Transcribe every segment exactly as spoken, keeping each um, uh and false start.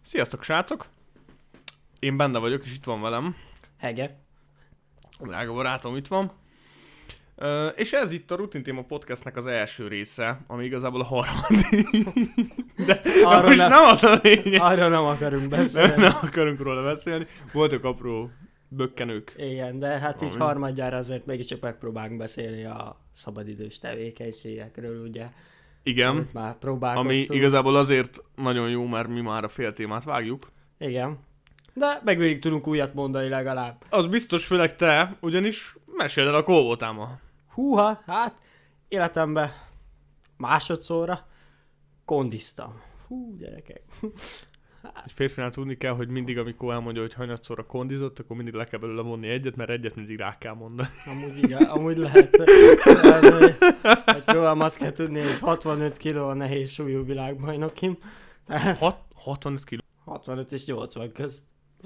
Sziasztok, srácok! Én benne vagyok, és itt van velem. Hege. Drága barátom itt van. Uh, és ez itt a Rutin Téma Podcastnek az első része, ami igazából a harmadik. De Arról most nem, nem az a lényeg. arról nem akarunk beszélni. Nem, nem akarunk róla beszélni. Voltak apró bökkenők. Igen, de hát így Ami. harmadjára azért mégiscsak megpróbálunk beszélni a szabadidős tevékenységekről, ugye. Igen. Amit már próbálkoztunk. Ami igazából azért nagyon jó, mert mi már a fél témát vágjuk. Igen. De meg végig tudunk újat mondani legalább. Az biztos, főleg te, ugyanis meséld el a hol voltál ma. Húha, hát életemben másodszorra kondiztam. Hú, gyerekek. Egy férfinál tudni kell, hogy mindig, amikor elmondja, hogy hanyatszorra kondizott, akkor mindig le kell belőle vonni egyet, mert egyet mindig rá kell mondani. Amúgy igen, amúgy lehet. Hát rólam azt kell tudni, hogy hatvanöt kiló a nehéz súlyú világbajnokim. Hat, hatvanöt kiló. hatvanöt és nyolcvan közt.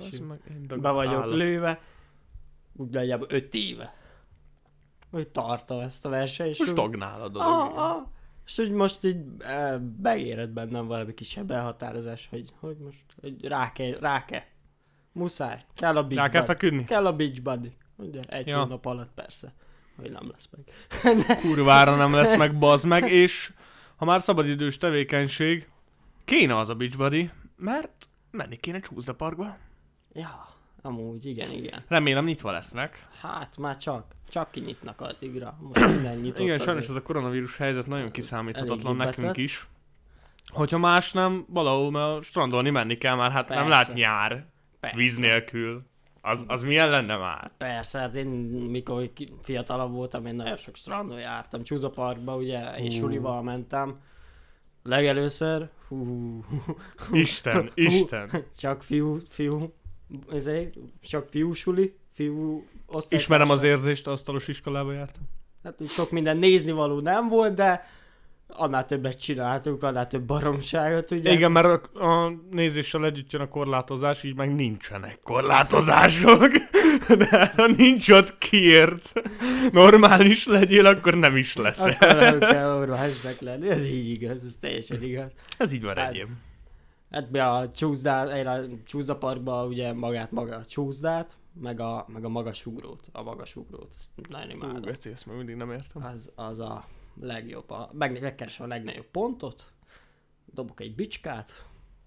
Be Be vagyok lőve. Úgy nagyjából öt éve. Hogy tartom ezt a versenyt. Most stagnál a dolog. Ah, ah. És úgy most így e, beérett bennem valami kisebb elhatározás, hogy, hogy most hogy rá kell, rá kell. Muszáj. Kell a beach Rá kell buddy. feküdni? Kell a beach buddy. Ugye, egy Ja. hónap alatt persze. Hogy nem lesz meg. Kurvára nem lesz meg, bazd meg, és ha már szabadidős tevékenység, kéne az a beach buddy, mert menni kéne Csúszda Parkba. Ja, amúgy igen, igen. Remélem nyitva lesznek. Hát már csak, csak kinyitnak addigra. Most minden nyitott. Igen, sajnos azért. ez a koronavírus helyzet nagyon kiszámíthatatlan Eléggé nekünk betett. is. Hogyha más nem, valahol mert strandolni menni kell már, hát nem Persze. lát nyár, Persze. víz nélkül. Az, az milyen lenne már? Persze, hát én mikor ki- fiatalabb voltam, én nagyon sok strandon jártam, Csúszda Parkba, ugye, és Hú. sulival mentem. Legelőször, hú, Isten, Hú, Isten. csak fiú, fiú, ezért, csak fiú suli, fiú osztálytársa. Ismerem az érzést, asztalos iskolába jártam. Hát úgy sok minden néznivaló nem volt, de annál többet csináltunk, annál több baromságot, ugye. Igen, mert a, a nézéssel együtt jön a korlátozás, így meg nincsenek korlátozások. De ha nincs ott kiért, normális legyél, akkor nem is Akkor leszel. nem kell orvosnak lenni, ez így igaz, ez teljesen igaz. Ez így van Hát, egyéb. Hát mi a Csúszdát, én a Csúszda Parkban ugye magát maga a Csúszdát, meg a, meg a magasugrót, a magasugrót, ezt nagyon Hú, imádom. Geci, ezt meg mindig nem értem. Az, az a legjobb, a, meg, megkeresem a legnagyobb pontot, dobok egy bicskát,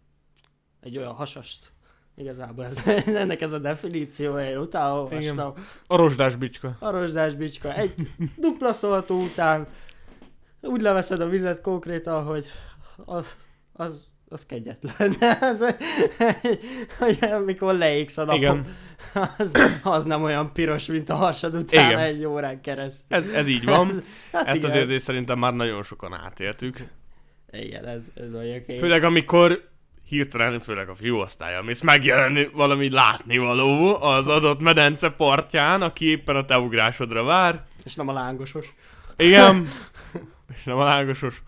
egy olyan hasast, igazából ez, ennek ez a definíciója, én utána olvastam. A rozsdás bicska. A rozsdás bicska, egy dupla szoltó után úgy leveszed a vizet konkrétan, hogy az, az, az kegyetlen. Az, hogy amikor leégsz a napon, Igen. az, az nem olyan piros, mint a hasad után Igen. egy órán keresztül. Ez, ez így van. Ez- hát Ezt az igen. érzést szerintem már nagyon sokan átéltük. Igen, ez, ez olyan kény. Főleg amikor hirtelen, főleg a fiúosztályon, mész megjelenni valami látnivaló az adott medence partján, aki éppen a te ugrásodra vár. És nem a lángosos. Igen. És nem a lágosos.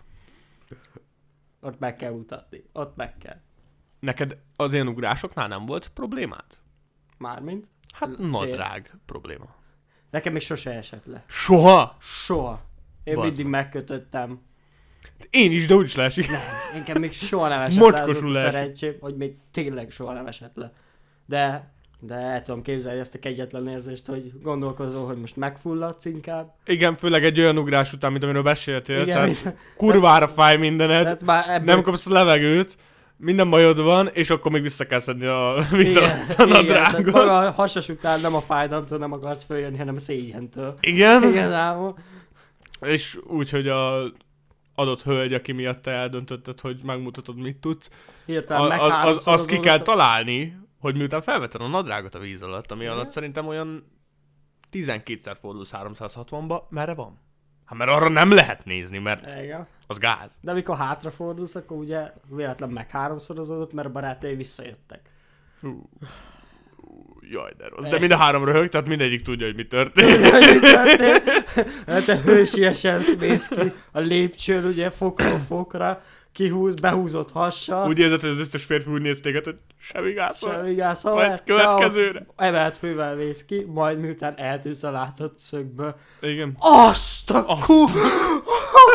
Ott meg kell mutatni. Ott meg kell. Neked az ilyen ugrásoknál nem volt problémád? Mármint? Hát Fél. nadrág probléma. Nekem még sose esett le. Soha? Soha. Én Bazd mindig meg. megkötöttem. Én is, de úgyis leesik. Nem, nekem még soha nem esett Mocskosul le, az volt a leesik. szerencsém, hogy még tényleg soha nem esett le. De, de el tudom képzelni ezt a kegyetlen érzést, hogy gondolkozol, hogy most megfulladsz inkább. Igen, főleg egy olyan ugrás után, mint amiről beszéltél. Igen, Tehát mint- kurvára fáj mindened, Tehát már ebből... nem kapsz levegőt, minden bajod van, és akkor még vissza kell szedni a, vissza igen, a igen, tehát nadrágot. a hasas után nem a fájdalomtól nem akarsz följönni, hanem a szégyentől. Igen, Igazából. és úgy, hogy a adott hölgy, aki miatt te eldöntötted, hogy megmutatod, mit tudsz, Hirtelen a, a, az, azt ki kell megháromszorozódott. találni, hogy miután felvetted a nadrágot a víz alatt, ami Igen. alatt szerintem olyan tizenkétszer fordulsz háromszázhatvanba, merre van? Hát mert arra nem lehet nézni, mert Igen. az gáz. De amikor hátrafordulsz, akkor ugye véletlen meg háromszorozódott, mert a barátai visszajöttek. Hú, hú, jaj, de rossz. De mind a három röhög, tehát mindegyik tudja, hogy mi történt. Hogy mi történt? Hát te hősiesen mész ki a lépcsőn, ugye fokról fokra, kihúz, behúzott hassal. Úgy érzed, hogy az összes férfi úgy néz téged, hogy semmi gáz van. Semmi gáz, Majd következőre. Emelt fővel vész ki, majd miután eltűnsz a látott szögből. Igen. Azt a Azt. kú...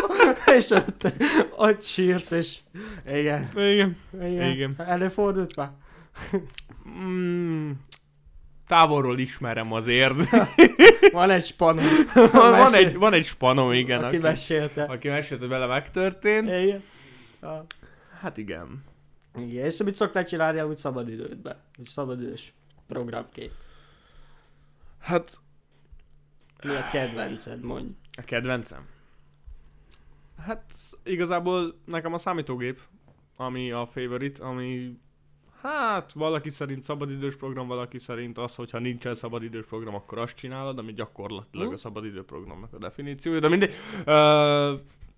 és ott, ott sírsz, és igen. Igen. Igen. Igen. Előfordult már? Mm, távolról ismerem azért. Van egy spanom. van, van, egy, van egy spanom, igen. Aki mesélte. Aki mesélte, hogy vele megtörtént. Igen. Ah. Hát igen. Igen, és mit szoktál csinálni amúgy szabadidődben? Egy szabadidős programként. Hát Mi a kedvenced, mondj? a kedvencem? Hát igazából nekem a számítógép, ami a favorite, ami hát valaki szerint szabadidős program, valaki szerint az, hogyha nincsen szabadidős program, akkor azt csinálod, ami gyakorlatilag a szabadidő programnak a definíciója, de mindegy. Ö,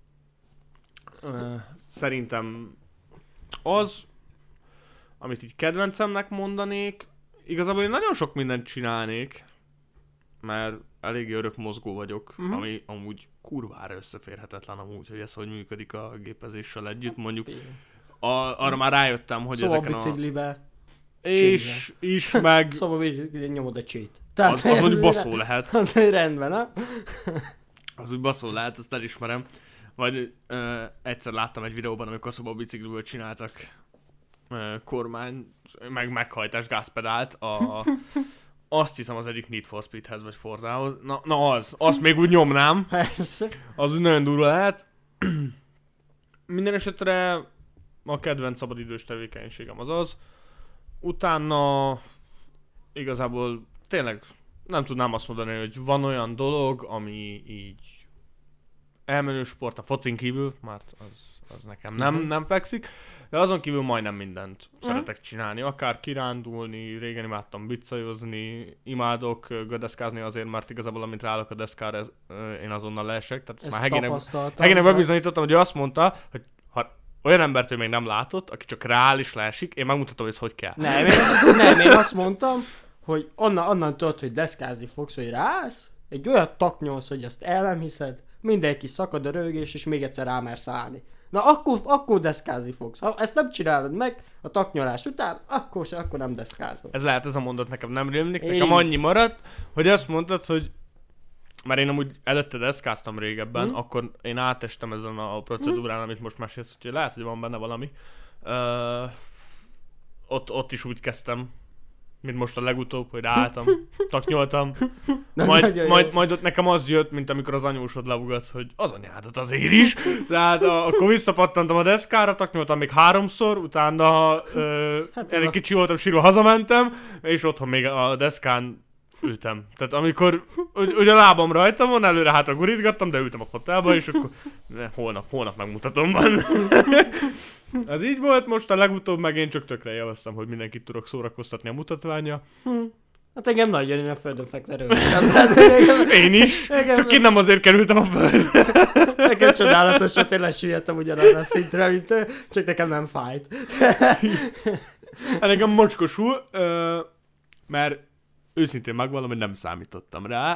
ö, szerintem az, amit így kedvencemnek mondanék, igazából én nagyon sok mindent csinálnék, mert eléggé örök mozgó vagyok, uh-huh. ami amúgy kurvára összeférhetetlen amúgy, hogy ez hogy működik a gépezéssel együtt, mondjuk a, arra már rájöttem, hogy szóval ezeken biciklivel. a... És, is meg... Szóval biciklivel nyomod a csét. Az, az úgy baszó lehet. Az rendben, ha? Az úgy baszó lehet, azt elismerem. Vagy ö, egyszer láttam egy videóban, amikor szóval bicikliből csináltak ö, kormány, meg meghajtás gázpedált a... Azt hiszem az egyik Need for Speedhez vagy Forzához. Na, na az, azt még úgy nyomnám. Persze. Az úgy nagyon durva lehet. Minden esetre a kedvenc szabadidős tevékenységem az az. Utána igazából tényleg nem tudnám azt mondani, hogy van olyan dolog, ami így elmenő sport, a focin kívül, mert az, az nekem nem, nem fekszik, de azon kívül majdnem mindent uh-huh. szeretek csinálni, akár kirándulni, régen imádtam biccajozni, imádok gödeszkázni azért, mert igazából amint ráállok a deszkára, én azonnal leesek, tehát ezt, ezt már Hegének, Hegének bebizonyítottam, hogy ő azt mondta, hogy ha olyan embert ő még nem látott, aki csak rááll és leesik, én megmutatom, hogy ez hogy kell. Nem, én, nem, én azt mondtam, hogy onnan, onnan tudod, hogy deszkázni fogsz, hogy ráállsz, egy olyat taknyolsz, hogy azt el nem hiszed, mindenki szakad a rögés, és még egyszer rámersz állni. Na akkor, akkor deszkázni fogsz. Ha ezt nem csinálod meg a taknyolás után, akkor se, akkor nem deszkázol. Ez lehet, ez a mondat nekem nem rémlik, nekem annyi maradt, hogy azt mondtad, hogy mert én amúgy előtte deszkáztam régebben, mm. akkor én átestem ezen a procedúrán, mm. amit most mesélsz, úgyhogy lehet, hogy van benne valami. Uh, ott, ott is úgy kezdtem, mint most a legutóbb, hogy ráálltam, taknyoltam. Majd, majd, majd ott nekem az jött, mint amikor az anyósod leugat, hogy az anyádat azért is. Tehát a, akkor visszapattantam a deszkára, taknyoltam még háromszor, utána ö, hát elég kicsi voltam, sírva hazamentem, és otthon még a deszkán ültem. Tehát amikor ugye a lábam rajtam van, előre hátra gurítgattam, de ültem a fotelba, és akkor holnap, holnap megmutatom van. Ez így volt, most a legutóbb meg én csak tökre élveztem, hogy mindenkit tudok szórakoztatni a mutatványa. Hm. Hát engem nagyon, én a földön fekve Én is, engem csak én nem azért kerültem a földre. Nekem csodálatos, hogy tényleg süllyedtem ugyanarra a szintre, mint ő, csak nekem nem fájt. Hát nekem mocskosul, mert őszintén megvallom, hogy nem számítottam rá.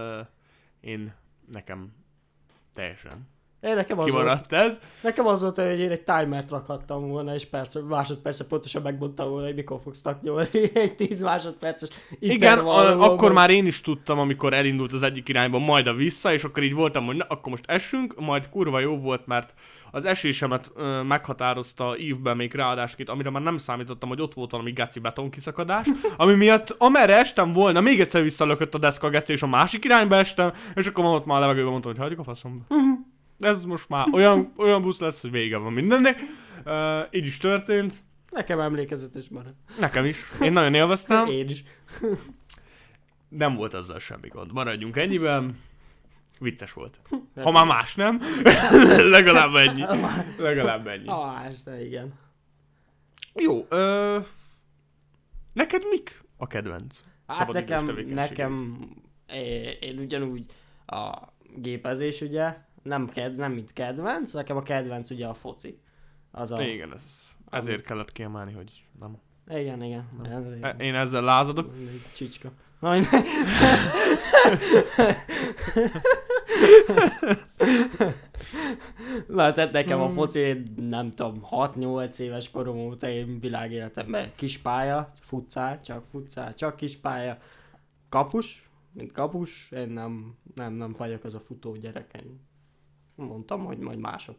Én nekem teljesen Én nekem az kimaradt volt, ez. Nekem az volt, hogy én egy timert rakhattam volna, és perc, másodperce pontosan megmondtam volna, hogy mikor fogsz taknyolni. Egy tíz másodperces igen, a, akkor már én is tudtam, amikor elindult az egyik irányba, majd a vissza, és akkor így voltam, hogy na, akkor most essünk, majd kurva jó volt, mert az esésemet ö, meghatározta ívben még ráadásként, amire már nem számítottam, hogy ott volt valami geci betonkiszakadás, ami miatt amerre estem volna, még egyszer visszalökött a deszka geci, és a másik irányba estem, és akkor ott már a levegőben mondtam, hogy hagyjuk a faszomba. Uh-huh. Ez most már olyan, olyan busz lesz, hogy vége van mindennek. Uh, így is történt. Nekem emlékezetes marad. Nekem is. Én nagyon élveztem. Én is. Nem volt azzal semmi gond. Maradjunk ennyiben. Vicces volt. Ha már más nem. Legalább ennyi. Legalább ennyi. Ha más, de igen. Jó. Uh, neked mik a kedvenc? Hát nekem, nekem én, én ugyanúgy a gépezés, ugye, nem, ked, nem mint kedvenc, nekem a kedvenc ugye a foci. Az a, igen, ez, ezért amit... kellett kiemelni, hogy nem. Igen, igen. Nem. Ez, igen. Én ezzel lázadok. Csicska. Na, tehát nekem a foci, nem tudom, hat-nyolc éves korom óta én világéletemben kispálya, futszál, csak futszál, csak kispálya, kapus, mint kapus, én nem, nem, nem vagyok az a futó gyerek. Mondtam, hogy majd mások.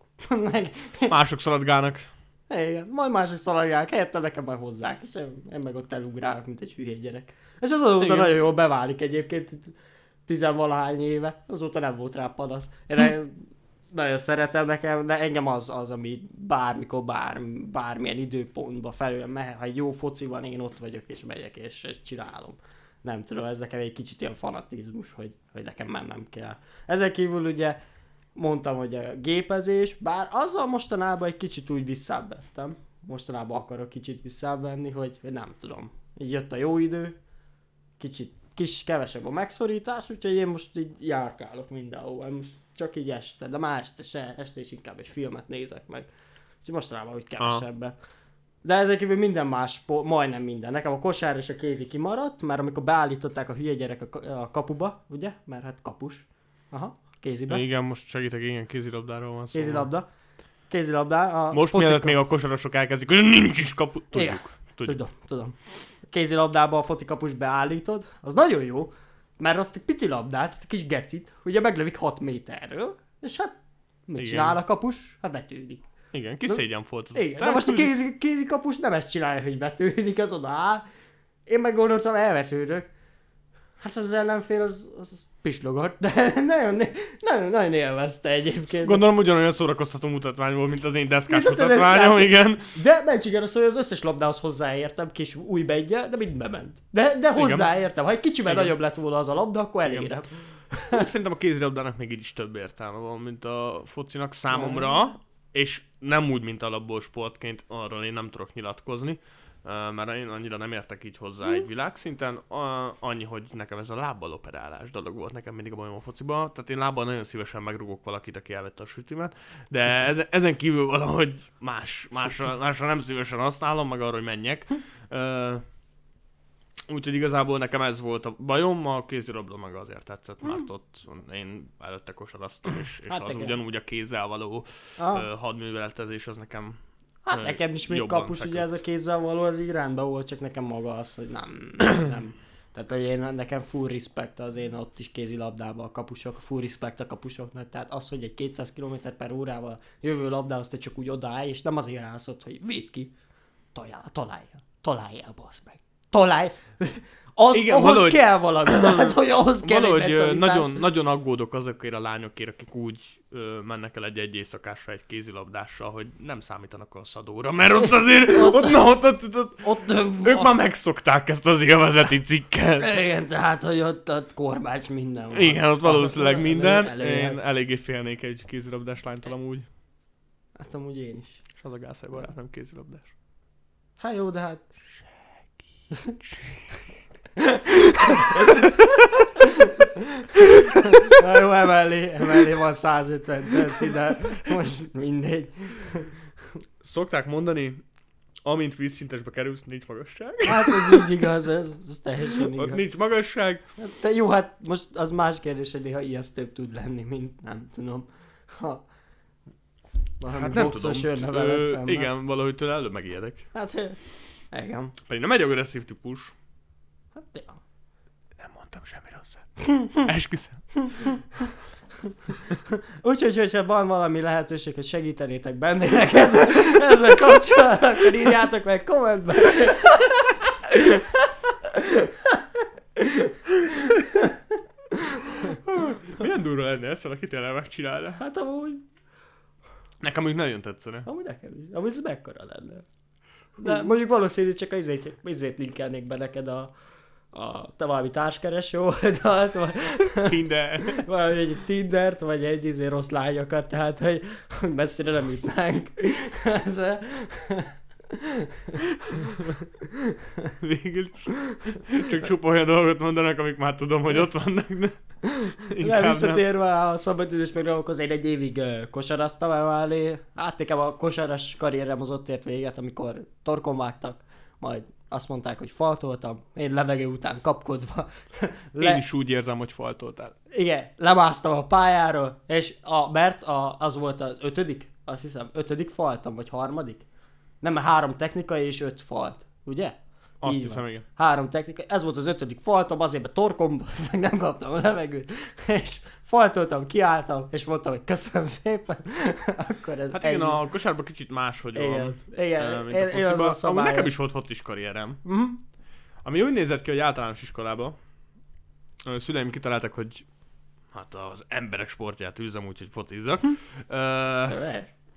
Mások szaladgálnak. Igen, majd mások szaladgálnak, helyette nekem majd hozzák, és én meg ott elugrálok, mint egy hülye gyerek. És az azóta igen. Nagyon jól beválik egyébként, tizenvalahány éve, azóta nem volt rá panasz. Én nagyon szeretem nekem, de engem az az, ami bármikor, bár, bármilyen időpontban felőlem mehet, ha egy jó foci van, én ott vagyok és megyek és, és csinálom. Nem tudom, ez nekem egy kicsit ilyen fanatizmus, hogy, hogy nekem mennem kell. Ezen kívül ugye mondtam, hogy a gépezés, bár azzal mostanában egy kicsit úgy visszább vettem. Mostanában akarok kicsit visszább venni, hogy, hogy nem tudom. Így jött a jó idő, kicsit kis kevesebb a megszorítás, úgyhogy én most így járkálok mindenhol. Most csak így este, de már este se, este is inkább egy filmet nézek meg. Úgyhogy mostanában úgy kevesebben. De ezek kívül minden más, majdnem minden. Nekem a kosár és a kézi kimaradt, mert amikor beállították a hülye gyerek a kapuba, ugye? Mert hát kapus. Aha, kézibe. Igen, most segítek, igen, kézilabdáról van szó. Kézilabda. Kézilabda. A most mielőtt még a kosarasok elkezdik, hogy nincs is kapu. Tudjuk. Igen, tudjuk. Tudom, tudom. Kézilabdába a foci kapus beállítod, az nagyon jó, mert azt egy pici labdát, azt a kis gecit, ugye meglövik hat méterről, és hát mit igen. Csinál a kapus? Hát vetődik. Igen, ki szégyen volt. Igen, de most a kézi, kézi kapus nem ezt csinálja, hogy vetődik, az oda áll. Én meg gondoltam, elvetődök. Hát az ellenfél az, az pislogott, de nagyon, nagyon, nagyon élvezte egyébként. Gondolom ugyanolyan szórakoztató mutatvány volt, mint az én deszkás mutatványom, igen. De nem csak arra szól, hogy az összes labdához hozzáértem, kis új begye, de mind bement. De, de hozzáértem, ha egy kicsivel igen. Nagyobb lett volna az a labda, akkor elérem. Szerintem a kézilabdának még így is több értelme van, mint a focinak számomra, és nem úgy, mint alapból sportként, arról én nem tudok nyilatkozni, mert én annyira nem értek így hozzá egy világszinten, annyi, hogy nekem ez a lábbal operálás dolog volt nekem mindig a bajom a fociban, tehát én lábbal nagyon szívesen megrugok valakit, aki elvette a sütimet, de ezen, ezen kívül valahogy más, másra, másra nem szívesen használom, meg arra, hogy menjek. Úgyhogy igazából nekem ez volt a bajom, a kézilabda meg azért tetszett, mert ott én előtte kosaraztam, és, és hát az ugyanúgy a kézzel való ah. hadműveletezés az nekem hát nekem is még kapus, ugye ez a kézzel való, az így rendben volt, csak nekem maga az, hogy nem, nem. Tehát hogy én, nekem full respect az én ott is kézilabdában a kapusok, full respect a kapusoknak, tehát az, hogy egy kétszáz kilométer per órával jövő labdához te csak úgy odaállj, és nem azért állsz ott, hogy védd ki, találjál, találjál, találjál, bassz meg. Találj! Az, igen, ahhoz valahogy, kell valami, tehát hogy ahhoz kell valahogy nagyon, nagyon aggódok azokért a lányokért, akik úgy ö, mennek el egy-egy éjszakásra egy kézilabdással, hogy nem számítanak a szadóra, mert ott azért, ott, ott, na, ott, ott, ott, ott ők ott, már megszokták ezt az élvezeti cikket. Igen, tehát, hogy ott, ott korbács minden van. Igen, ott valószínűleg minden. Elő, én eléggé félnék egy kézilabdás lánytól amúgy. Hát amúgy én is. És az a gászai barát nem kézilabdás. Hát jó, de hát... Na jó, emellé, emellé van százötven centi, de most mindegy. Szokták mondani, amint vízszintesbe kerülsz, nincs magasság. Hát ez így igaz, ez, ez teljesen igaz. Ott nincs magasság. Hát, de jó, hát most az más kérdés, hogy néha ijesztőbb tud lenni, mint nem tudom. Ha hát nem tudom. Ö, igen, valahogy tőle előbb megijedek. Hát igen. Pedig nem egy agresszív típus. Hát ja. Nem mondtam semmi rosszat. Esküszöm. Úgyhogy, hogyha van valami lehetőség, hogy segítenétek bennének ezzel, ezzel kapcsolatban, akkor írjátok meg kommentben. Milyen durva lenne ezt, valaki tényleg megcsinálna? Hát amúgy... Nekem még nagyon tetszene. Amúgy nekem is. Amúgy ez mekkora lenne. De mondjuk valószínűleg csak az izét, izét linkelnék be neked a, a te valami társkereső oldalt, vagy Tinder. Valami egy Tindert, vagy egy izé rossz lányokat, tehát hogy messzire nem jutnánk. Ez a... Végül is. Csak csupa olyan dolgot mondanak, amik már tudom, hogy ott vannak, de inkább nem. Visszatérve a szabadidős programokhoz, én egy évig uh, kosaraztam emelni. Hát nekem a kosaras karrierem az ott ért véget, amikor torkon vágtak, majd azt mondták, hogy faltoltam, én levegő után kapkodva. Le... Én is úgy érzem, hogy faltoltál. Igen, lemásztam a pályáról, és a, mert a, az volt az ötödik, azt hiszem, ötödik faltam, vagy harmadik? Nem, három technikai és öt falt, ugye? Azt így hiszem, van. Igen. Három technikai, ez volt az ötödik faltam, azért be torkomba, nem kaptam a levegőt, és faltoltam, kiálltam, és mondtam, hogy köszönöm szépen, akkor ez Hát ennyi. igen, a kosárban kicsit máshogy van, Igen, igen, mint én- a én az a fociban. Amúgy szabályom. nekem is volt focis karrierem. Mhm. Ami úgy nézett ki, hogy általános iskolában a szüleim kitaláltak, hogy hát az emberek sportját űzem, úgyhogy focizzak. Ö,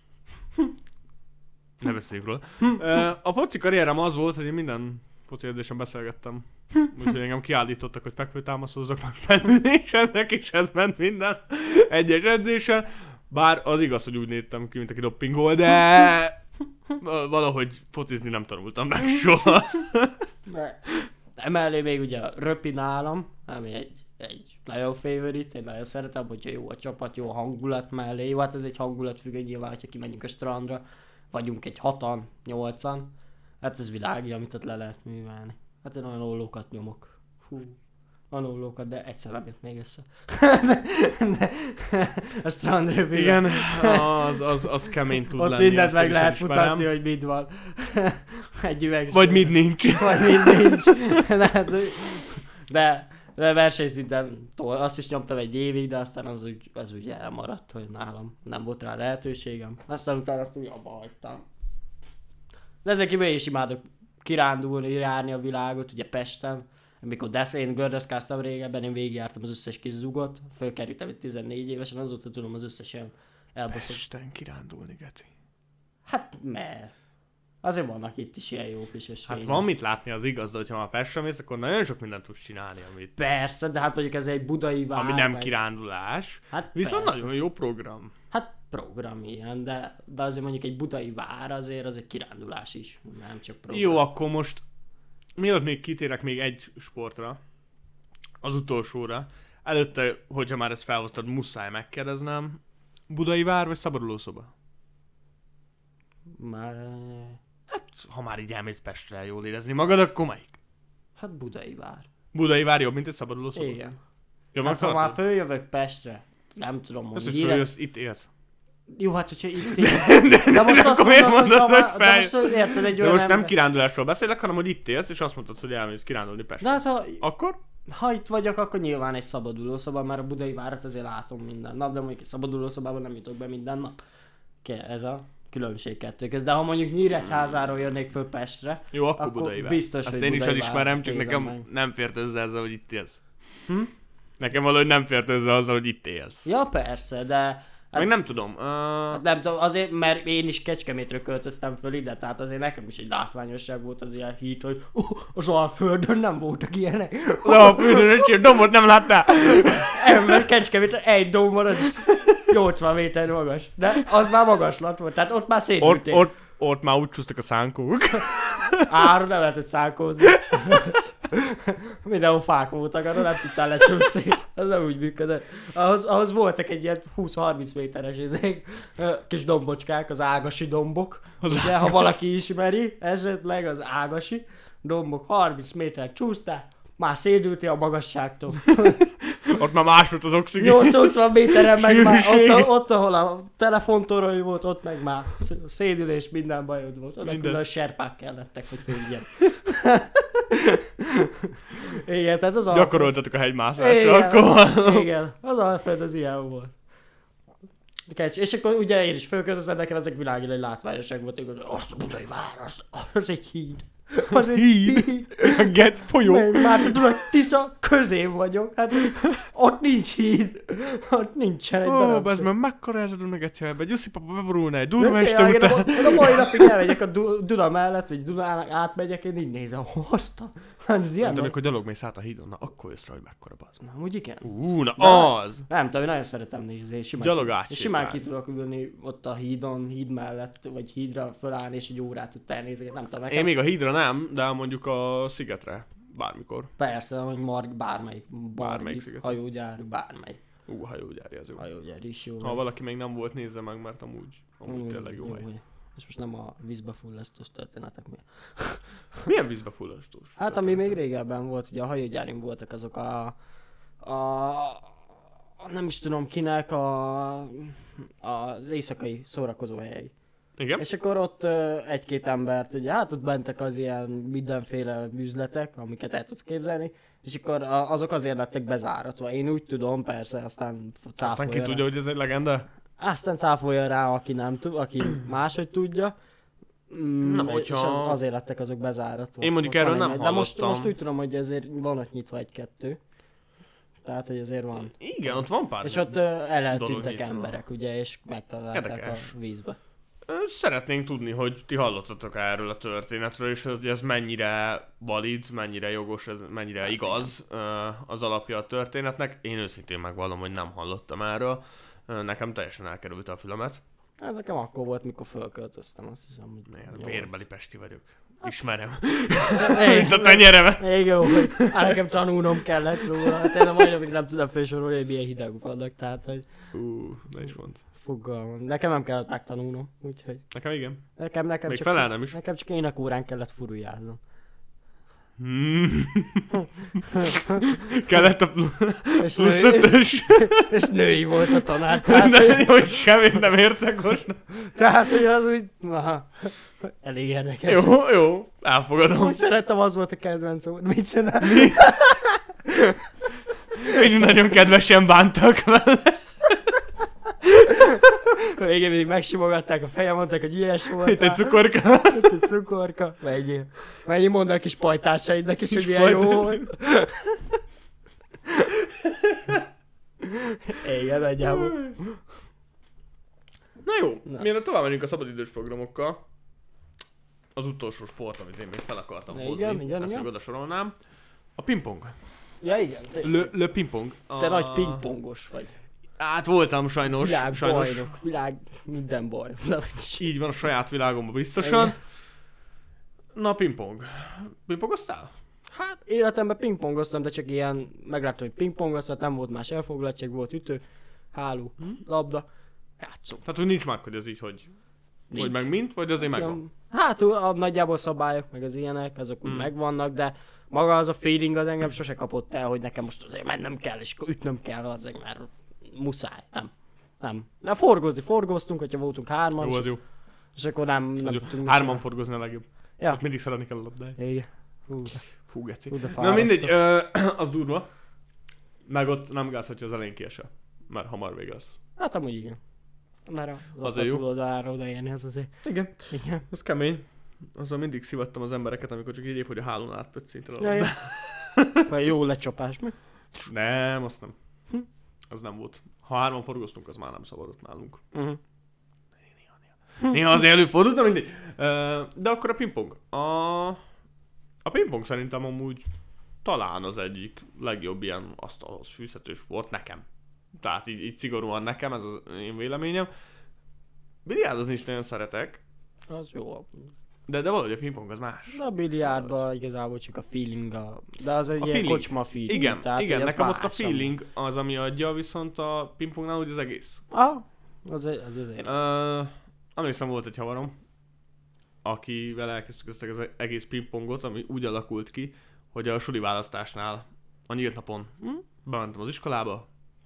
ne beszéljük róla. Ö, a foci karrierem az volt, hogy én minden foci edzésen beszélgettem. Úgyhogy engem kiállítottak, hogy fekvőtámaszhozzak meg felüléseznek, és ez ment minden egyes edzésen. Bár az igaz, hogy úgy néztem ki, mint aki doppingol, de valahogy focizni nem tanultam meg soha. Emellé még ugye a röpi nálam, ami egy, egy nagyon favorite, én nagyon szeretem, hogyha jó a csapat, jó a hangulat mellé. Jó, hát ez egy hangulatfüggő nyilván, hogyha kimegyünk a strandra, vagyunk egy hatan, nyolcan, hát ez világi, amit ott le lehet művelni. Hát én olyan ollókat nyomok. Hú, olyan ollókat, de egyszer nem jött még össze. de, de, a strandröpi. Igen, az, az, az kemény tud ott lenni. mindent ezt meg én lehet sem mutatni, ismerem. hogy mit van. Egy üveg. Vagy mit nincs. Vagy mind nincs. de, de versenyszinten azt is nyomtam egy évig, de aztán az úgy, az úgy elmaradt, hogy nálam nem volt rá lehetőségem. Aztán utána azt úgy abba hagytam. De ezek kívül én is imádok kirándulni, járni a világot, ugye Pesten. Amikor desz, én gördeszkáztam régebben, én végigjártam az összes kis zugot, fölkerültem egy tizennégy évesen, azóta tudom az összes ilyen elbaszott. Pesten kirándulni, Geci. Hát mert azért vannak itt is ilyen jó kis Hát események. van mit látni, az igaz, de hogyha már Pestre mész, akkor nagyon sok mindent tudsz csinálni, amit, Persze, de hát mondjuk ez egy budai vár. ami nem meg- kirándulás. Hát Viszont persze. nagyon jó program. Hát program ilyen, de, de azért mondjuk egy budai vár azért az egy kirándulás is, nem csak program. Jó, akkor most mielőtt még kitérek még egy sportra, az utolsóra, előtte, hogyha már ezt felhoztad, muszáj megkérdeznem, budai vár vagy szabadulószoba? Már... Hát, ha már így elmész Pestre jól érezni magad, akkor melyik? Hát budai vár. Budai vár jobb, mint egy szabadulószoba? Igen. Jó, Hát ha már följövök Pestre, nem tudom, Ez, hogy hogy írek... följössz, itt élsz. Jó, hát hogyha itt élsz. De most azt akkor miért mondod, hogy, mondod, ha hogy már- de feljössz? most érted egy De olyan most nem ember- kirándulásról beszélek, hanem hogy itt élsz, és azt mondtad, hogy elmész kirándulni De Pestre. hát ha, Akkor? ha itt vagyok, akkor nyilván egy szabadulószoba, mert a budai várat azért látom minden nap, de mondjuk egy szabadulószobában nem jutok be minden nap. Ke- Ez a különbség kettő közt. De ha mondjuk Nyíregyházáról jönnék föl Pestre, Jó, akkor, Akkor budai vár. biztos, Azt hogy én is budai elismerem, csak várat nekem nézem meg. nem fért össze ezzel, hogy itt élsz. Hm? Nekem valahogy nem fért össze azzal, hogy itt élsz. ja persze, de Meg nem tudom. Uh... hát nem tudom, azért, mert én is Kecskemétről költöztem föl ide, tehát azért nekem is egy látványosság volt az ilyen híd, hogy oh, az Alföldön nem voltak ilyenek. A fődön, dombot nem láttál? Ember Kecskemétre egy domb van, az is nyolcvan méter magas. De az már magaslat volt, tehát ott már Ott, szétülték. ott, ott már úgy csúsztak a szánkók. Áron nem lehetett szállkózni. Mindenhol fák voltak, arra nem tudtál lecsúszni. Ez nem úgy működött. Ahhoz, ahhoz voltak egy ilyen húsz-harminc méteres izék, ö, kis dombocskák, az ágasi dombok. Az Ugye, ha valaki ismeri, esetleg az ágasi dombok, harminc méter csúsztál, már szédültél a magasságtól. Ott már más volt az oxigén. nyolcvan méteren meg már, Sűrűség. ott, ott, ahol a telefontorony volt, ott meg már sz- szédülés, minden bajod volt. Oda Minden. külön serpák kellettek, hogy féljen. Igen, tehát az Gyakoroltatok a hegymászásra, Igen, akkor... igen, az Alföld az ilyen volt. Kecs. És akkor ugye én is fölközöztem, nekem ezek világi nagy látványosság volt, hogy azt a budai vár, azt, az egy híd. Az egy Híd? híd. Get folyó. Meg már tudod, Tisza közén vagyok, hát ott nincs híd, ott nincsen egy Ó, darab. ez már mekkora ez a Dunagetjelbe. Gyuszi papa beborulna egy De durva este tényleg, után. én a, a mai napig elmegyek a Du- Duna mellett, vagy Dunának átmegyek, én így nézem, azt a... Hát ez ilyen De nagy. amikor gyalog mész át a hídon, na akkor jössz rá, hogy mekkora bazd. Na, úgy igen. Ú, na De- az! Nem tudom, én nagyon szeretem nézni, és simán, Gyalog ki, és átsétálni. simán ki tudok ülni ott a hídon, híd mellett, vagy hídra fölállni, és egy órát ott elnézni, nem tudom, nekem. Én még a hídra nem, de mondjuk a szigetre. Bármikor. Persze, hogy Mark bármelyik, Bármelyik bármelyik sziget. hajógyár, bármelyik Ú, hajógyári az jó. hajógyár is jó. Ha valaki még nem volt, nézze meg, mert amúgy, amúgy tényleg jó hely. És most nem a vízbe fullasztós történetek miatt. Milyen vízbe fullastós? Hát ami még régebben volt, ugye a hajógyárin voltak azok a, a, a nem is tudom kinek a, az éjszakai szórakozó helyei. Igen. És akkor ott ö, egy-két embert, ugye, hát ott bentek az ilyen mindenféle üzletek, amiket el tudsz képzelni, és akkor a, azok azért lettek bezáratva. Én úgy tudom, persze, aztán Aztán ki cáfolja tudja, rá. hogy ez egy legenda? Aztán cáfolja rá, aki nem tud, aki máshogy tudja. Mm, Na, és hogyha- az, azért lettek azok bezáratva. Én mondjuk Ott erről van nem egy- De most, hallottam. most úgy tudom, hogy ezért van ott nyitva egy-kettő. Tehát, hogy azért van. Igen, ott van pár. És ott ö, el eltűntek nyitva. emberek, ugye, és megtalálták Érdekes. a vízbe. Ö, Szeretnénk tudni, hogy ti hallottatok erről a történetről, és hogy ez mennyire valid, mennyire jogos, ez mennyire igaz ö, az alapja a történetnek. Én őszintén megvallom, hogy nem hallottam erről. Ö, Nekem teljesen elkerült a fülemet. Ez nekem akkor volt, mikor fölköltöztem, azt hiszem, hogy... Én jó. bérbeli pesti vagyok. Ismerem. Igen, Mint a tenyeremet. még jó, hogy hát nekem tanulnom kellett róla. Hát én a mai napig nem tudom felsorolni, hogy milyen hideg vannak, tehát hogy Ú, ne is mond. fogalmam. Nekem nem kellett megtanulnom, úgyhogy Nekem igen. nekem, nekem Még csak... felel nem is. Nekem csak ének órán kellett furujáznom. Hmm. Kellett a pl- És, plusz női, és, ötös. és női volt a tanár, tehát, De hogy, hogy semmit nem értek most. tehát, hogy az úgy... Aha, elég érdekes. Jó, jó. Elfogadom. Hogy szerettem, az volt a kedvenc szó. Mit csinál? Mindig nagyon kedvesen bántak vele. Végén mindig megsimogatták a fejem, mondták, hogy ügyes Itt voltál. egy cukorka. Itt egy cukorka. Menjél. Menjél, mondd a kis pajtásaidnak is, hogy milyen jó pajtás. volt. Igen, nagyjából. Na jó, Na. mielőtt tovább megyünk a szabadidős programokkal, az utolsó sport, amit én még fel akartam Igen, hozni, igen, ezt igen. még oda sorolnám. A pingpong. Ja, igen. Te, Le, le pingpong. A... te nagy pingpongos vagy. Hát voltam sajnos. Világ sajnos. bajnok. Világ minden baj. Így van a saját világomban biztosan. Igen. Na pingpong. Pingpongoztál? Hát életemben pingpongoztam, de csak ilyen, megláttam, hogy pingpongoztam, nem volt más elfoglaltság, volt ütő, háló, labda. Játszom. Tehát, hogy nincs meg, hogy ez így, hogy... Nincs. Hogy meg mint, vagy azért megvan. Igen. Hát a nagyjából szabályok, meg az ilyenek, azok úgy Mm. megvannak, de maga az a feeling az engem sose kapott el, hogy nekem most azért mennem kell, és akkor ütnöm kell azért, mert muszáj. Nem. Nem. De forgózni forgóztunk, hogyha voltunk hárman, Jó, és, az jó. és akkor nem, nem Az jó. tudtunk mit Hárman csinálni. forgozni a legjobb. Ja. Ott mindig szeretni kell a labdáit. Igen. Hú, de- Fú, geci. hú, de Na fárasztó. mindegy, ö, az durva. Meg ott nem gáz, hogyha az elején kiesel. Mert hamar vége lesz. Hát amúgy igen. Mert az Azért asztal jó. túloldalára odaérni, az azért. Igen. Igen. Ez kemény. Azzal mindig szivattam az embereket, amikor csak így épp, hogy a hálón átpött szinten a Ja, labda. ja. Vagy jó lecsapás, meg? Nem, azt nem. Hm. Az nem volt. Ha hárman forgoztunk, az már nem szabadott nálunk. Uh-huh. Néha azért előfordult, de mindegy. Ö, De akkor a pingpong. A... a pingpong szerintem amúgy talán az egyik legjobb ilyen asztalhoz fűzhető sport nekem. Tehát így, így szigorúan nekem, ez az én véleményem. Biliárdozni is nagyon szeretek, Az jó. de, de valahogy a pingpong az más. De a biliárdban igazából csak a feeling, a... de az egy A ilyen feeling. kocsma feeling. Igen, tehát, igen, hogy az nekem ott a más, feeling az, ami adja, viszont a pingpongnál úgy az egész. Ah, az, az azért. Uh, emlékszem, volt egy havarom, akivel elkezdtük ezt az egész pingpongot, ami úgy alakult ki, hogy a suli választásnál a nyílt napon Hm? bementem az iskolába,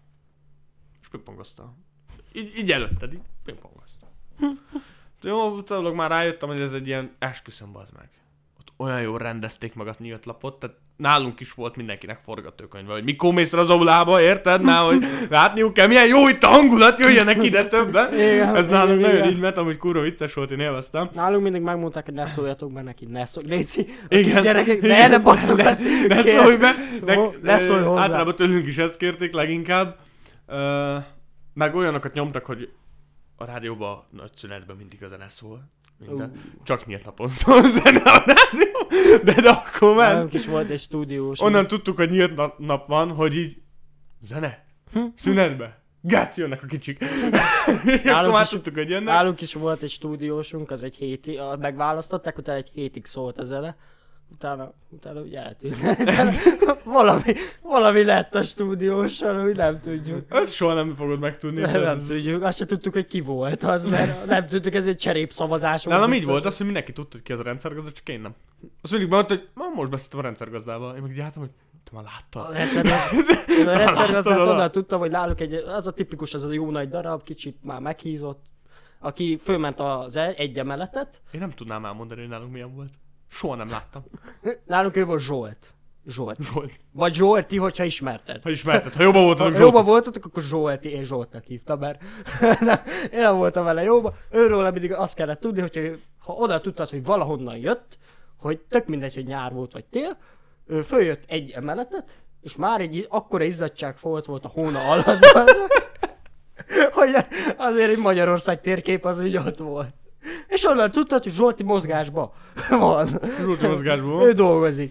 és pingpongoztam. Így, így előtted, így pingpongoztam. Jó, utána már rájöttem, hogy ez egy ilyen esküszöm, bazd meg. Ott olyan jól rendezték meg a nyílt lapot, tehát nálunk is volt mindenkinek forgatókönyve, hogy mikor mész az aulába, érted? Már, hogy látniuk kell, milyen jó itt a hangulat, jöjjenek ide többen. Igen, Ez nálunk igen, nagyon igen. így ment, amúgy kurva vicces volt, én élveztem. Nálunk mindig megmondták, hogy ne szóljatok be neki, ne szólj, Léci, a Igen. kis gyerekek, ne, ne basszok Ne, ezt, ne kér- szólj be! Ne, Ho- ne szólj ö, hozzá. Általában tőlünk is ezt kérték leginkább. Ö, meg olyanokat nyomtak, hogy a rádióban nagy szünetben mindig a zene szól. Minden. Ú. Csak nyílt napon szól a zene a rádió. De, de akkor ment. Nálunk is volt egy stúdiós. Onnan tudtuk, hogy nyílt nap, nap van, hogy így zene, Hm? szünetbe. Gáci jönnek a kicsik. Akkor már is- tudtuk, hogy jönnek. Nálunk is volt egy stúdiósunk, az egy hétig, a- megválasztották, utána egy hétig szólt a zene. Utána, utána úgy eltűnt. valami, valami lett a stúdióssal, úgy nem tudjuk. Ezt soha nem fogod megtudni. de Nem ez- tudjuk, azt se tudtuk, hogy ki volt az, mert nem tudtuk, ez egy cserépszavazás volt. Nálam így biztos. volt az, hogy mindenki tudta, hogy ki az a rendszergazda, csak én nem. Azt mindig mondta, hogy ma most beszéltem a rendszergazdával. Én meg így álltam, hogy te már A láttad. rendszergaz- Én a rendszergazdát Látod, onnan tudtam, hogy náluk egy, az a tipikus, az a jó nagy darab, kicsit már meghízott. aki fölment az egy, egy emeletet. Én nem tudnám elmondani, hogy nálunk milyen volt. Soha nem láttam. Nálunk ő volt Zsolt. Zsolt. Zsolt. Vagy Zsolti, hogyha ismerted. Ha ismerted, ha jobban voltatok Ha Zsolt. jobban voltatok, akkor Zsolti, én Zsoltnak hívtam, mert nem, én nem voltam vele jóba. Őről mindig azt kellett tudni, hogy ő, ha oda tudtad, hogy valahonnan jött, hogy tök mindegy, hogy nyár volt vagy tél, ő följött egy emeletet, és már egy akkora izzadság volt volt a hóna alatt, hogy azért egy Magyarország térkép az úgy ott volt. És onnan tudtad, hogy Zsolti mozgásba van. Zsolti mozgásban. Ő dolgozik.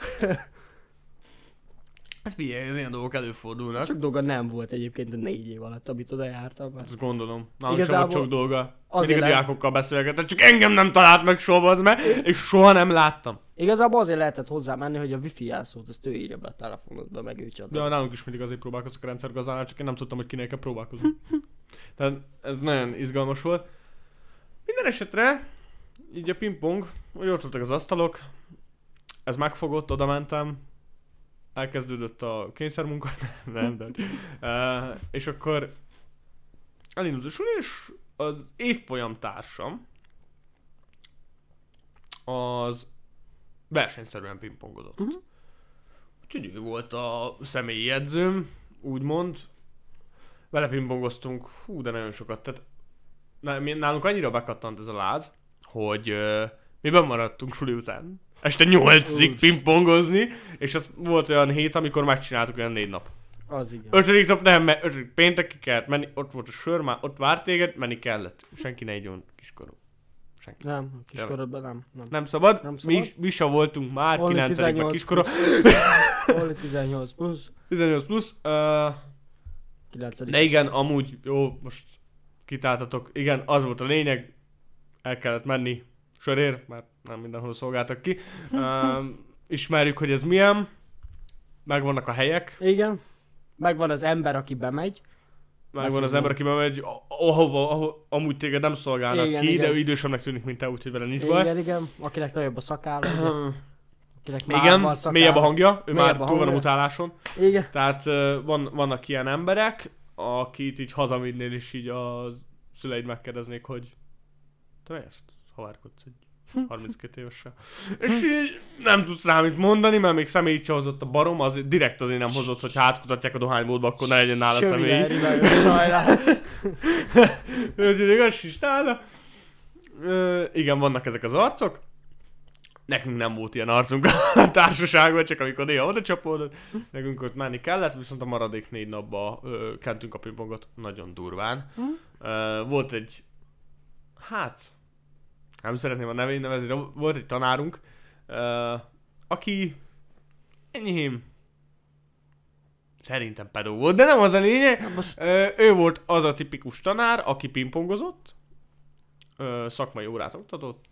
Hát figyelj, az ilyen dolgok előfordulnak. Sok dolga nem volt egyébként a négy év alatt, amit oda jártam. Mert... Ezt gondolom. Nálunk Igazából sem volt sok dolga. azért Mindig a lehet- diákokkal beszélgetett, csak engem nem talált meg soha az meg, és soha nem láttam. Igazából azért lehetett hozzá menni, hogy a wifi jelszót azt ő írja be a telefonodba, meg ő csatol. De nálunk is mindig azért próbálkoztak a rendszergazdánál, csak én nem tudtam, hogy kinek kell próbálkozni. Tehát ez nagyon izgalmas volt. Minden esetre, így a pingpong, úgy ott voltak az asztalok, ez megfogott, oda mentem, elkezdődött a kényszermunka, nem, de... Uh, és akkor elindult a suli, és az évfolyam társam az versenyszerűen pingpongozott. Uh-huh. Úgyhogy ő volt a személyi edzőm, úgymond. Vele pingpongoztunk, hú, de nagyon sokat. Tehát nálunk annyira bekattant ez a láz, hogy uh, mi bemaradtunk suli után. Este nyolcig pingpongozni, és az volt olyan hét, amikor megcsináltuk olyan négy nap. Az igen. Ötödik nap nem, mert ötödik péntekig kellett menni, ott volt a sör, már ott várt téged, menni kellett. Senki ne igyon kiskorú. Senki. Nem, kiskorodban nem. Nem, Nem szabad, Nem szabad. Mi, mi sem voltunk már, Only kilencedikben tizennyolc kiskorú. Only tizennyolc plusz. tizennyolc plusz. Uh, kilencedik. de igen, amúgy, jó, most kitáltatok. Igen, az volt a lényeg, el kellett menni sörér, mert nem mindenhol szolgáltak ki. Uh, ismerjük, hogy ez milyen. Megvannak a helyek. Igen. Megvan az ember, aki bemegy. Megvan az ember, aki bemegy, ahova, ahova amúgy téged nem szolgálnak Igen, ki, igen. de ő idősebbnek tűnik, mint te, úgyhogy vele nincs baj. Igen, igen. Akinek nagyobb a szakálla. Akinek már Igen, van szakálla. mélyebb a hangja, ő Mélyebb már a túl van a hangja. mutáláson. Igen. Tehát uh, van, vannak ilyen emberek, akit így hazavinnél, és így a szüleid megkérdeznék, hogy te miért havárkodsz egy harminckét évessel? És így nem tudsz rá mit mondani, mert még személyt se hozott a barom, az direkt azért nem hozott, hogy hátkutatják a dohánybódba, akkor ne legyen nála személy. Sövigeri nagyon sajnál. Úgyhogy igaz is nála. Ö, igen, vannak ezek az arcok. Nekünk nem volt ilyen arcunk a társaságban, csak amikor néha oda csapódott. Nekünk ott menni kellett, viszont a maradék négy napban ö, kentünk a pingpongot nagyon durván. Ö, volt egy, hát, nem szeretném a nevén nevezni, de volt egy tanárunk, ö, aki enyhém szerintem pedó volt, de nem az a lényeg. Ö, ő volt az a tipikus tanár, aki pingpongozott, ö, szakmai órát oktatott,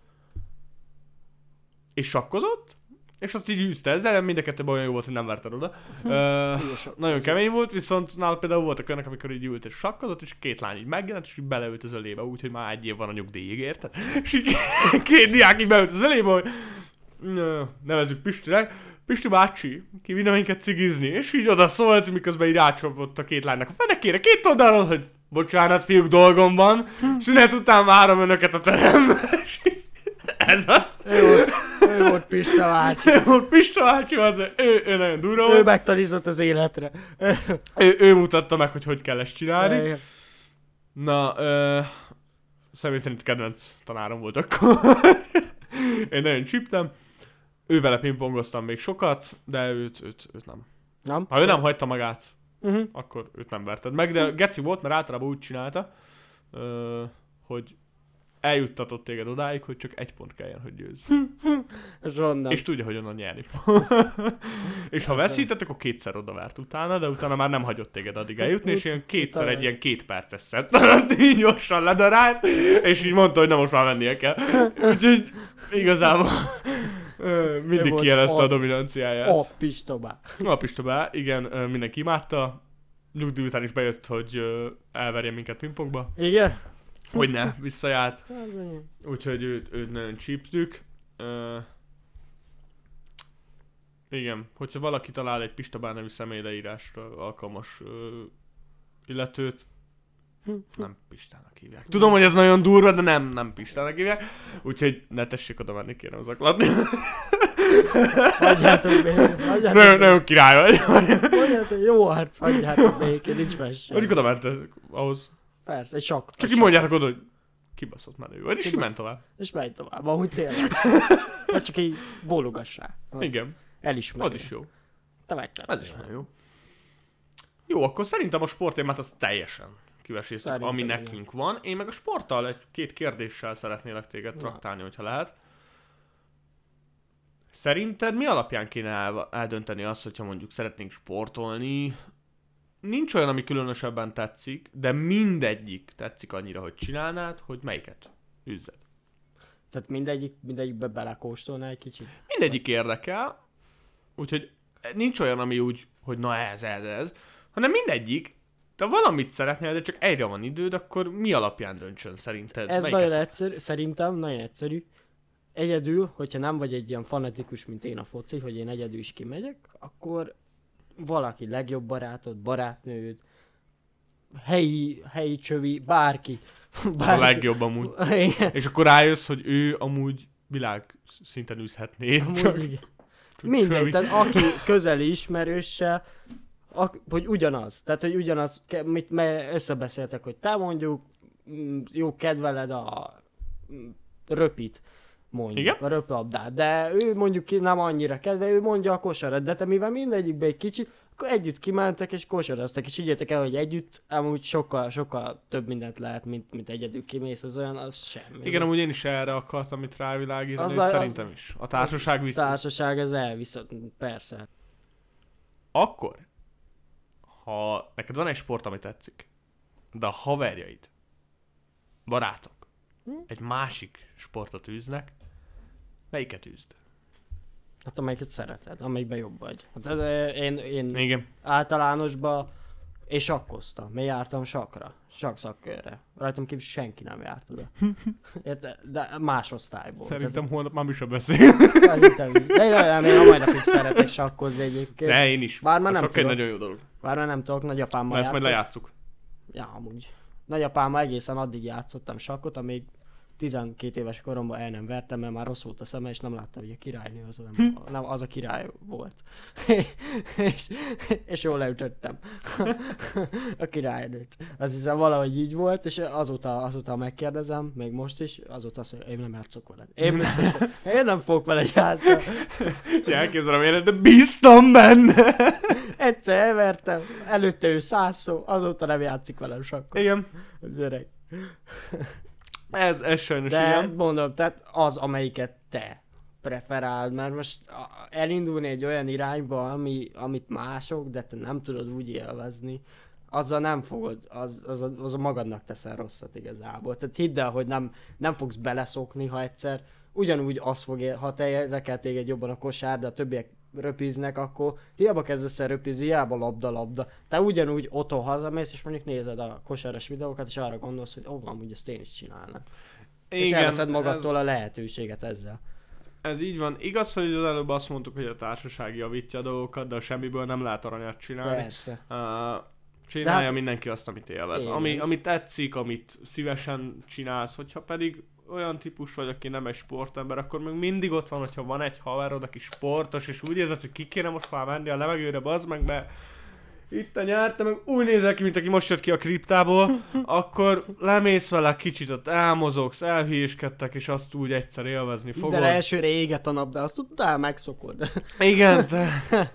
és sakkozott, és azt így űzte ezzel, mind a kettőben olyan jó volt, hogy nem verted oda. Ö, nagyon kemény volt, viszont nála például voltak olyanok, amikor így ült és sakkozott, és két lány így megjelent, és így beleült az ölébe, úgyhogy már egy év van a nyugdíjig, érted? És így két diák így beült az ölébe, hogy ö, nevezzük Pistinek, Pisti bácsi, kivinne minket cigizni, és így oda szólt, miközben így rácsapott a két lánynak a fenekére, két oldalról, hogy bocsánat, fiúk, dolgom van, szünet után várom önöket a teremben. Ez a... Ő volt, ő volt Pista bácsi. Ő volt Pista bácsi, az, ő, ő nagyon durva volt. Ő megtanított az életre. Ő, ő mutatta meg, hogy hogy kell ezt csinálni. Igen. Na, ö, személy szerint kedvenc tanárom volt akkor. Én nagyon csíptem. Ő vele pingpongoztam még sokat, de őt, őt, őt nem. Nem? Ha ő nem hagyta magát, Uh-huh. akkor őt nem verted meg, de geci volt, mert általában úgy csinálta, ö, hogy eljuttatott téged odáig, hogy csak egy pont kelljen, hogy győzz. Zsondam. És tudja, hogy onnan nyerni. És ha veszített, akkor kétszer odavárt utána, de utána már nem hagyott téged addig eljutni, és ilyen kétszer egy ilyen két perces szett, így gyorsan ledarált, és így mondta, hogy na most már mennie kell. Úgyhogy igazából ö, mindig volt kijelezte a az- dominanciáját. A Pista bá. A Pistobá, igen, ö, mindenki imádta. Nyugdíj után is bejött, hogy ö, elverje minket pingpongba. Igen? Hogy ne, visszajárt. Az enyém. Úgyhogy őt, őt nagyon csíptük. Uh, igen, hogyha valaki talál egy Pista bá nevű személyleírásra alkalmas uh, illetőt, Nem Pistának hívják. Tudom, hogy ez nagyon durva, de nem, nem Pistának hívják. Úgyhogy ne tessék oda menni, kérem zaklatni. Hagyjátok békén. Nagyon, nagyon király vagy. Hagyjátok, jó arc, hagyjátok békén, nincs mese. Mondjuk oda mentek ahhoz. Persze, egy sakk. Csak így mondjátok oda, hogy kibaszott menő vagy, és így ment tovább. És megy tovább, ahogy tényleg. Vagy csak így bólogassál. Igen. Elismerő. Az is jó. Te megtettél. Ez is nagyon jó. Jó, akkor szerintem a sporttémát az teljesen kiveséztük, Szerintem ami igen. nekünk van. Én meg a sporttal egy-két kérdéssel szeretnélek téged traktálni, hogyha lehet. Szerinted mi alapján kéne el- eldönteni azt, hogyha mondjuk szeretnénk sportolni? Nincs olyan, ami különösebben tetszik, de mindegyik tetszik annyira, hogy csinálnád, hogy melyiket üzzed. Tehát mindegyik, mindegyikbe belekóstolná egy kicsit. Mindegyik érdekel, úgyhogy nincs olyan, ami úgy, hogy na ez, ez, ez, hanem mindegyik, te valamit szeretnél, de csak egyre van időd, akkor mi alapján döntsön szerinted? Ez melyiket? nagyon egyszerű, szerintem nagyon egyszerű. Egyedül, hogyha nem vagy egy ilyen fanatikus, mint én a foci, hogy én egyedül is kimegyek, akkor valaki legjobb barátod, barátnőd, helyi, helyi csövi, bárki. A legjobb amúgy. És akkor rájössz, hogy ő amúgy világ szinten üzhetné. Amúgy Csak, igen. csak Mindegy, csövi. tehát aki közeli ismerőse, ak- hogy ugyanaz. Tehát, hogy ugyanaz, ke- mit me- összebeszéltek, hogy te mondjuk mm, jó kedveled a mm, röpit, mondjuk, Igen? a röplabdát, de ő mondjuk ki nem annyira kedve, ő mondja a kosarat, de te mivel mindegyikbe egy kicsit, akkor együtt kimentek és kosaraztak, és higgyétek el, hogy együtt amúgy sokkal, sokkal több mindent lehet, mint, mint egyedül kimész, az olyan, az semmi. Igen, amúgy én is erre akartam itt rávilágítani, Az és la- szerintem is. A társaság A viszi. társaság ez elvisz, persze. Akkor, ha neked van egy sport, ami tetszik, de a haverjaid, barátok, Hm? egy másik sportot űznek, melyiket űzd? Hát amelyiket szereted, amelyikben jobb vagy. Hát ez, eh, én, én Igen. általánosban és sakkoztam, én jártam sakra, sakszakkörre. Rajtam kívül senki nem járt oda. Érte? De más osztályból. Szerintem holnap már Misa beszél. Tehát, szerintem így. De én nem, én a mai napig szeretek sakkozni egyébként. De én is. Bár már A nem sok egy tudok. nagyon jó dolog. Bár már nem tudok, nagyapámmal Na ezt majd játszottam. lejátszuk. Ja, amúgy. Nagyapámmal egészen addig játszottam sakkot, amíg tizenkét éves koromban el nem vertem, mert már rossz volt a szeme, és nem láttam, hogy a királynő az, nem, nem, az a király volt. és, és jól leütöttem a királynőt. Azt hiszem valahogy így volt, és azóta, azóta megkérdezem, még most is, azóta azt mondja, én nem játszok veled. Én, biztos, én nem fogok veled játszani. Elképzelem én, de bíztam benne. Egyszer elvertem, előtte ő száz szó, azóta nem játszik velem sakkot. Igen. Az öreg. Ez, ez sajnos De ilyen. mondom, tehát az, amelyiket te preferáld, mert most a- elindulni egy olyan irányba, ami, amit mások, de te nem tudod úgy élvezni, azzal nem fogod, az, az, a, az a magadnak teszel rosszat igazából. Tehát hidd el, hogy nem, nem fogsz beleszokni, ha egyszer ugyanúgy az fog ér, ha te érdekel téged jobban a kosár, de a többiek röpiznek, akkor hiába kezdesz el röpizni, hiába labda-labda. Te ugyanúgy otthon hazamész, és mondjuk nézed a kosáros videókat, és arra gondolsz, hogy ó, oh, amúgy ezt én is csinálnak. És elveszed magadtól ez, a lehetőséget ezzel. ez így van. Igaz, hogy az előbb azt mondtuk, hogy a társaság javítja a dolgokat, de a semmiből nem lehet aranyat csinálni. Persze. Uh, csinálja hát- mindenki azt, amit élvez. Igen. Ami, ami tetszik, amit szívesen csinálsz, hogyha pedig olyan típus vagy, aki nem egy sportember, akkor még mindig ott van, hogyha van egy haverod, aki sportos, és úgy érzed, hogy ki kéne most már menni a levegőre, bazd meg, mert itt a nyár, te meg úgy nézel ki, mint aki most jött ki a kriptából, akkor lemész vele, kicsit ott elmozogsz, elhülyéskedtek, és azt úgy egyszer élvezni fogod. De elsőre éget a nap, de azt utána megszokod. Igen, te...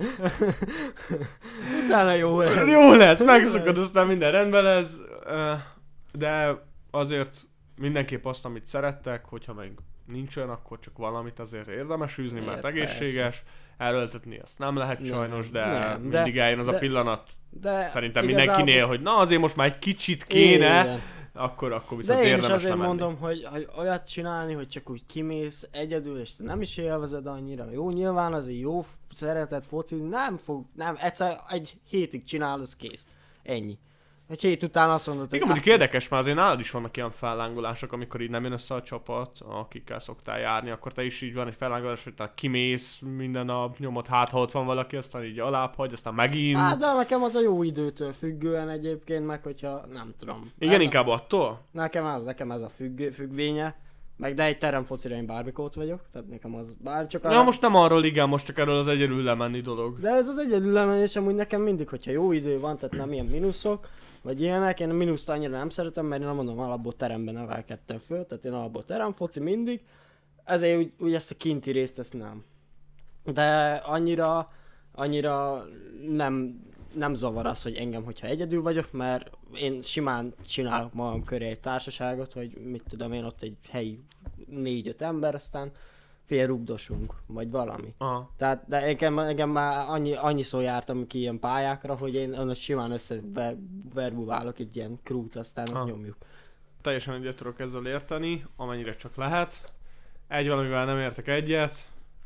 Utána jó lesz. Jó lesz, megszokod, aztán minden rendben lesz, ö, de azért mindenképp azt, amit szerettek, hogyha meg nincs olyan, akkor csak valamit azért érdemes űzni, mert Ér, egészséges, erőltetni azt nem lehet Nem, sajnos, de nem, de- mindig eljön az de- a pillanat, De szerintem igazából- mindenkinél, hogy na azért most már egy kicsit kéne, Igen. akkor, akkor viszont De én is érdemes azért lemenni. mondom, hogy, hogy olyat csinálni, hogy csak úgy kimész egyedül, és te nem is élvezed annyira. Jó, nyilván azért jó, szereted focizni, nem fog, nem, egyszer egy hétig csinálod, kész. Ennyi. Egy hét után azt mondod, hogy... Igen, mondjuk érdekes, mert azért nálad is vannak ilyen fellángolások, amikor így nem jön össze a csapat, akikkel szoktál járni, akkor te is így van egy fellángolás, hogy te kimész minden nap, nyomod, hát ha ott van valaki, aztán így alább hagy, aztán megint. Hát, de nekem az a jó időtől függően egyébként, meg hogyha nem tudom. Igen, hát, inkább attól? Nekem az, nekem ez a függő, függvénye. Meg de egy teremfocira én bármikor vagyok, tehát nekem az bár csak arra... Na most nem arról, igen, most csak erről az egyedül lemenni dolog. De ez az egyedül lemenés amúgy nekem mindig, hogyha jó idő van, tehát nem ilyen mínuszok, vagy ilyenek, én a mínuszt annyira nem szeretem, mert én nem mondom, alapból teremben nevelkedtem föl, tehát én alapból teremfoci mindig, ezért úgy, úgy ezt a kinti részt ezt nem. De annyira, annyira nem, nem zavar az, hogy engem, hogyha egyedül vagyok, mert én simán csinálok magam köré egy társaságot, hogy mit tudom én, ott egy helyi négy-öt ember, aztán fél rugdosunk, vagy valami. Aha. Tehát, de engem, engem már annyi, annyiszor jártam ki ilyen pályákra, hogy én önök simán összeverbuválok egy ilyen krút, aztán Aha. nyomjuk. Teljesen egyet tudok ezzel érteni, amennyire csak lehet. Egy valamivel nem értek egyet.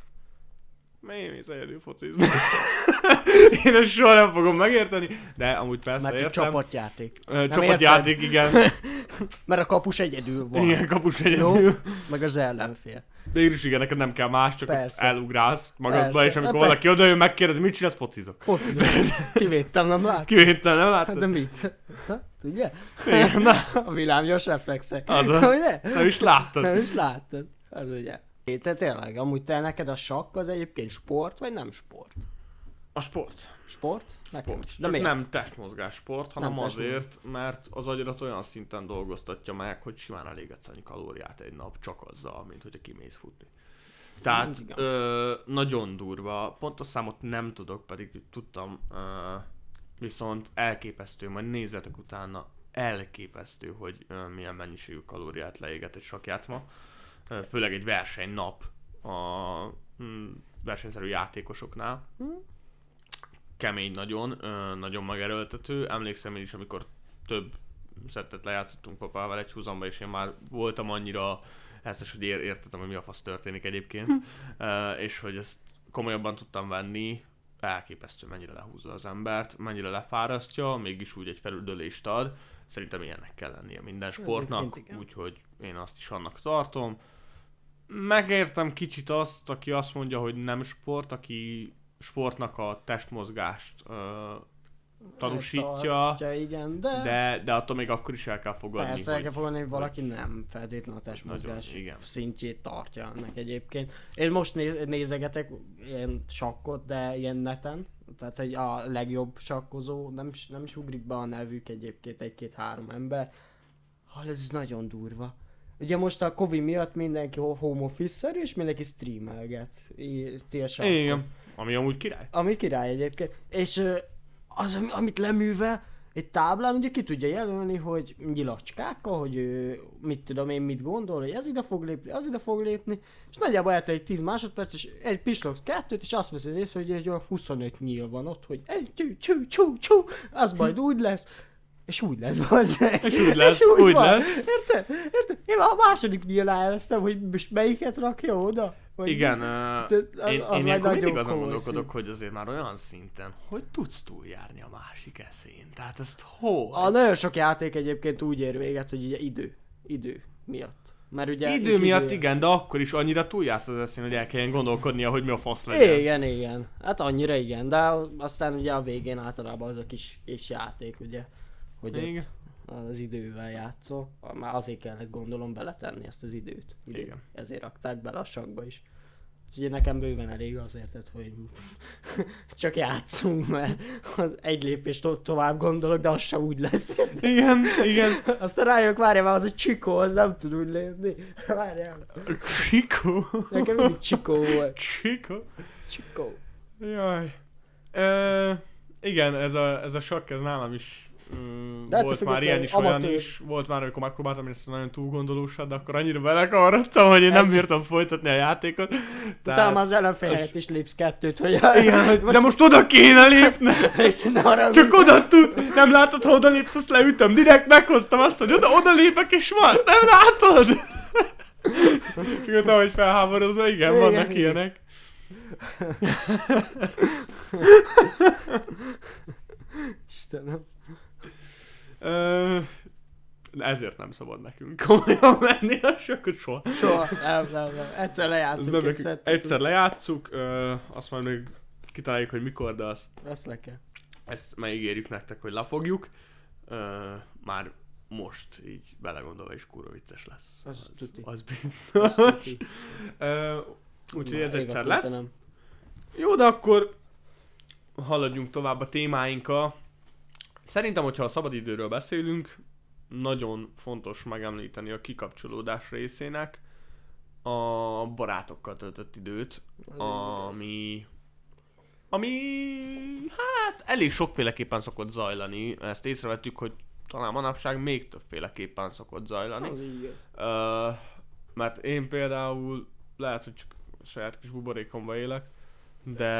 Mi mész egyedül focizni? Én ezt soha nem fogom megérteni, de amúgy persze Mert értem. Csapatjáték. Ö, Csapatjáték, igen. Mert a kapus egyedül van. Igen, kapus egyedül. Jó? Meg az ellenfél. Végülis igen, neked nem kell más, csak Persze. elugrálsz magadba, Persze. és amikor Hát valaki odajön, megkérdezi, mit csinálsz, focizok. Focizok. Kivédtem, nem látod? Kivétel, nem látod? De mit? Ha? Tudja? Igen, na. A villámgyors reflexek. Azaz. Ugye? Nem is láttad. Nem is láttad. Az ugye. Te tényleg, amúgy te neked a sakk az egyébként sport, vagy nem sport? A sport. Sport? Nekem Sport. is. De Csak miért? nem testmozgás sport, hanem Nem azért, mert az agyadat olyan szinten dolgoztatja meg, hogy simán elégetsz annyi kalóriát egy nap csak azzal, mint hogyha kimész futni. Tehát Igen. ö, nagyon durva, pontos számot nem tudok, pedig tudtam, ö, viszont elképesztő, majd nézzetek utána, elképesztő, hogy ö, milyen mennyiségű kalóriát leéget egy sakkjátszma, ö, főleg egy versenynap a mm, versenyszerű játékosoknál. Hm? Kemény nagyon, ö, nagyon megerőltető. Emlékszem én is, amikor több szettet lejátszottunk papával egy húzamba, és én már voltam annyira eszes, hogy ér- értettem, hogy mi a fasz történik egyébként, hm. uh, és hogy ezt komolyabban tudtam venni, elképesztő, mennyire lehúzza az embert, mennyire lefárasztja, mégis úgy egy felüldölést ad. Szerintem ilyennek kell lennie minden sportnak, úgyhogy én azt is annak tartom. Megértem kicsit azt, aki azt mondja, hogy nem sport, aki sportnak a testmozgást uh, tanúsítja, Tartja, igen, de... de, de attól még akkor is el kell fogadni, Persze, hogy... el kell fogadni, hogy valaki nem feltétlenül a testmozgás Nagyon, igen. szintjét tartja ennek egyébként. Én most néz, nézegetek ilyen sakkot, de ilyen neten, tehát hogy a legjobb sakkozó, nem is, nem is ugrik be a nevük egyébként, egy-két-három ember. Hát ez nagyon durva. Ugye most a Covid miatt mindenki home office-szer, és mindenki streamelget. Igen, ami amúgy király. Ami király egyébként. És az, amit leművel, egy táblán ugye ki tudja jelölni, hogy nyilacskákkal, hogy ő, mit tudom én, mit gondol, hogy ez ide fog lépni, az ide fog lépni, és nagyjából eltelik tíz másodperc, és egy pislogsz kettőt, és azt veszed észre, hogy egy olyan huszonöt nyíl van ott, hogy egy csú, csú, csú, csú, az majd úgy lesz, és úgy lesz, bazzeg. És úgy lesz, és úgy, úgy van. lesz. Érted? Érted? Én már a második nyílnál elvesztem, hogy most melyiket rakja oda. Vagy igen, mi? uh, az, én, az én ilyenkor mindig nagyon azon komoly gondolkodok, szint. hogy azért már olyan szinten, hogy tudsz túljárni a másik eszén. Tehát ezt hol? A nagyon sok játék egyébként úgy ér véget, hogy ugye idő. Idő miatt. Mert ugye Idő miatt idője. Igen, de akkor is annyira túljársz az eszén, hogy el kelljen gondolkodnia, hogy mi a fasz legyen. Igen, igen. Hát annyira igen, de aztán ugye a végén általában az a kis, kis játék, ugye. Hogy igen. az idővel játszol. Már azért kellett gondolom beletenni ezt az időt. Idő. Igen. Ezért rakták bele a sakkba is. Úgyhogy nekem bőven elég azért, tehát, hogy csak játszunk, mert az egy lépést to- tovább gondolok, de az se úgy lesz. Igen, igen. Aztán rájövök, várjál már, az egy csikó, az nem tud úgy lépni. Várjál. Csikó? Nekem mindig csikó volt. Csikó? Csikó. Jaj. E, igen, ez a, ez a sakk, ez nálam is mm, volt már ilyen is, olyan is. Volt már, amikor megpróbáltam, és ezt nagyon túl gondolósat, de akkor annyira belekavarodtam, hogy én nem bírtam folytatni a játékot. Utána Tehát már az ellenfél az... helyett is lépsz kettőt, hogy... Igen, hogy most... de most oda kéne lépni! Csak oda tudsz! Nem látod, ha oda lépsz, azt leütöm. Direkt meghoztam azt, hogy oda, oda lépek és van! Nem látod? Csak utána, hogy felháborodva, igen, igen, vannak igen. Ilyenek. Istenem. Ö, ezért nem szabad nekünk komolyan menni a sököt soha. Soha, nem, nem, nem. Egyszer lejátszunk egy szettet. Egyszer lejátszuk, ö, azt majd még kitaláljuk, hogy mikor, de azt, azt le kell. ezt megígérjük nektek, hogy lefogjuk. Ö, már most így belegondolva is kurva vicces lesz. Az, az, az biztos. Úgyhogy ez egyszer lesz. Nem. Jó, de akkor haladjunk tovább a témáinkkal. Szerintem, hogyha a szabadidőről beszélünk, nagyon fontos megemlíteni a kikapcsolódás részének a barátokkal töltött időt, ami, ami hát elég sokféleképpen szokott zajlani. Ezt észrevettük, hogy talán manapság még többféleképpen szokott zajlani. Uh, mert én például lehet, hogy csak saját kis buborékomba élek, de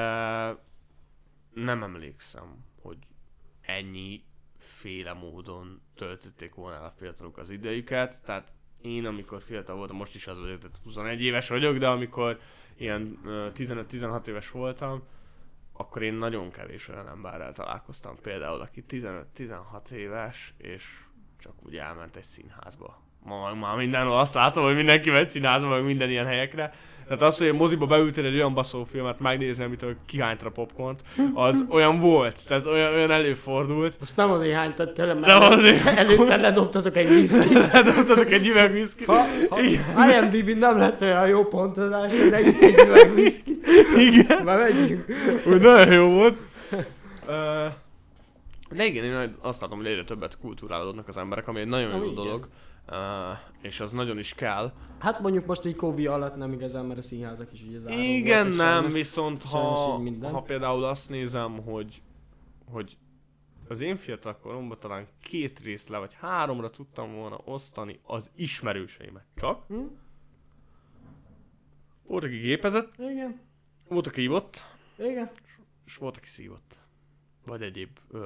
nem emlékszem, hogy ennyi féle módon töltötték volna el a fiatalok az idejüket. Tehát én, amikor fiatal voltam, most is az vagyok, tehát huszonegy éves vagyok, de amikor ilyen uh, tizenöt-tizenhat éves voltam, akkor én nagyon kevés olyan emberrel találkoztam. Például, aki tizenöt-tizenhat éves, és csak úgy elment egy színházba. Ma már mindenhol azt látom, hogy mindenki megy színházba, meg minden ilyen helyekre. Tehát az, hogy a moziba beültél egy olyan baszófilmet megnézni, amitől kihánytra popcornt, az olyan volt. Tehát olyan, olyan előfordult. Azt nem azért hánytad kell, mert előtte ledobtatok egy viszkit. Ledobtatok egy üveg viszkit. Ha, ha I M D B nem lett olyan jó pontozás, hogy egy, egy üveg viszkit. Igen. Már megyünk. Úgy nagyon jó volt. Uh, de igen, én azt látom, hogy egyre többet kulturálódnak az emberek, ami egy nagyon jó igen. dolog. Uh, és az nagyon is kell. Hát mondjuk most egy Covid alatt nem igazán, mert a színházak is ugye zárva. Igen, volt, nem, sajnos, viszont ha, ha például azt nézem, hogy, hogy az én fiatal koromban talán két részre vagy háromra tudtam volna osztani az ismerőseimet csak. Hm? Volt, aki gépezett, igen. Volt, aki ívott, igen. És volt, aki szívott. Vagy egyéb ö,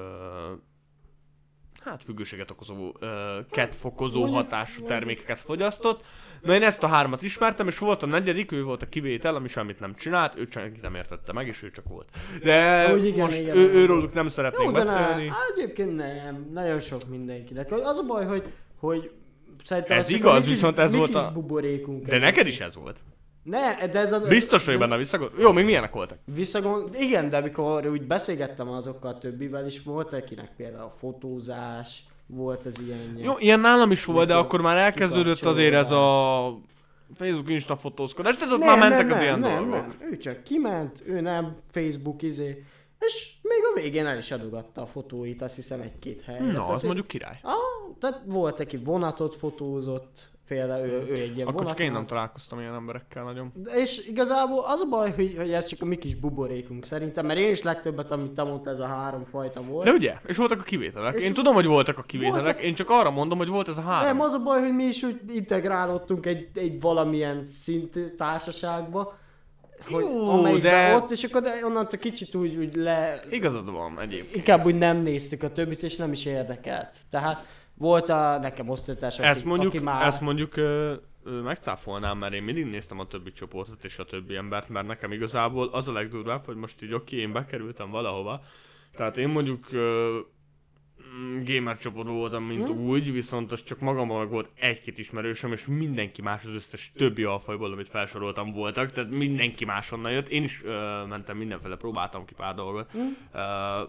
hát függőséget okozó, uh, kedfokozó hatású termékeket fogyasztott. Na én ezt a hármat ismertem, és volt a negyedik, ő volt a kivétel, ami semmit nem csinált, ő csak nem értette meg, és ő csak volt. De úgy, igen, most igen, ő, őróluk nem szeretnénk beszélni. Ne, egyébként nem, nagyon sok mindenkinek. Az a baj, hogy, hogy szerintem... Ez igaz, kis, viszont ez volt a... buborékunk. De neked is ez volt. Ne, de ez a... Biztos, hogy benne visszagond... Jó, még milyenek voltak? Visszagond... Igen, de amikor úgy beszélgettem azokkal a többivel is, volt akinek például a fotózás, volt az ilyen... Jó, ilyen nálam is volt, de akkor már elkezdődött azért ez a Facebook Insta fotózkodás, de ott már mentek nem, az ilyen nem, dolgok. Nem, ő csak kiment, ő nem, Facebook izé, és még a végén el is adogatta a fotóit, azt hiszem egy-két helyre. Na, tehát az ő... mondjuk király. Ah, tehát volt, aki vonatot fotózott, például ő, ő egy ilyen akkor vonat. Csak én nem találkoztam ilyen emberekkel nagyon. És igazából az a baj, hogy, hogy ez csak a mi kis buborékunk szerintem, mert én is legtöbbet, amit te mondtál, ez a három fajta volt. De ugye? És voltak a kivételek. És én tudom, hogy voltak a kivételek, voltak... én csak arra mondom, hogy volt ez a három. Nem, az a baj, hogy mi is úgy integrálódtunk egy, egy valamilyen szint társaságba, hogy jó, de... ott, és akkor de onnantól kicsit úgy, úgy le... Igazad van egyébként. Inkább úgy nem néztük a többit, és nem is érdekelt. Tehát volt a nekem osztálytárs, aki, ezt mondjuk, aki már... Ezt mondjuk ö, ö, megcáfolnám, mert én mindig néztem a többi csoportot és a többi embert, mert nekem igazából az a legdurvább, hogy most így oké, én bekerültem valahova. Tehát én mondjuk ö, gamer csoportban voltam, mint hmm. úgy, viszont az csak magamban meg volt egy-két ismerősöm, és mindenki más az összes többi alfajból, amit felsoroltam voltak, tehát mindenki máshonnan jött. Én is ö, mentem mindenféle, próbáltam ki pár dolgot, hmm. ö,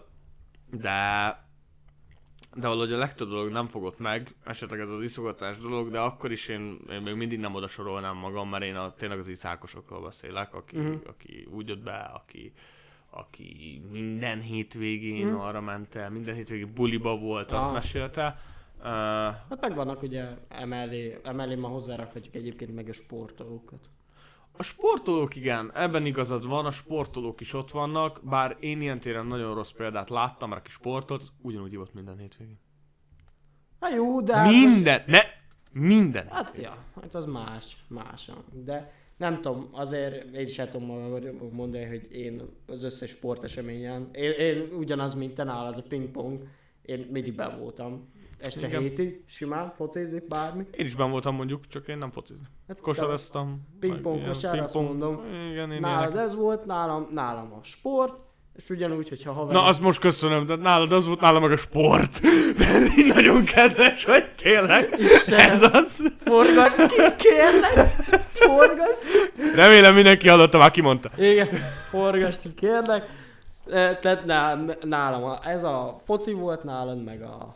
de... De valahogy a legtöbb dolog nem fogott meg, esetleg ez az iszogatás dolog, de akkor is én, én még mindig nem oda sorolnám magam, mert én a, tényleg az iszákosokról beszélek, aki, uh-huh. aki úgy jött be, aki, aki minden hétvégén uh-huh. arra ment el, minden hétvégén buliba volt, ah. azt mesélte. Uh, hát meg vannak ugye emellé, emellé ma hozzárakhatjuk egyébként meg a sportolókat. A sportolók igen, ebben igazad van, a sportolók is ott vannak, bár én ilyen téren nagyon rossz példát láttam, mert aki sportolt, ugyanúgy volt minden hétvégén. Hát jó, de... Minden, ne, minden. Hát ja, hát az más, más. De nem tudom, azért én sem tudom mondani, hogy én az összes sporteseményen, én, én ugyanaz, mint te nálad, a pingpong, én mindig benn voltam. Este igen. hétig, simán, focizni, bármi. Én is benn voltam mondjuk, csak én nem focizni. Hát kosaraztam. Pingpong, kosár, azt mondom. Igen, én nálad ez volt, nálam, nálam a sport, És ugyanúgy, hogyha haver... Na, azt most köszönöm, de nálad az volt, nálam meg a sport. De ez így nagyon kedves, hogy tényleg. Istenem. Ez az. Forgasd ki, kérlek! Forgasd ki! Remélem mindenki hallotta, már kimondta. Igen, forgasd ki, kérlek. E, Tehát ná- nálam a, ez a foci volt nálad, meg a...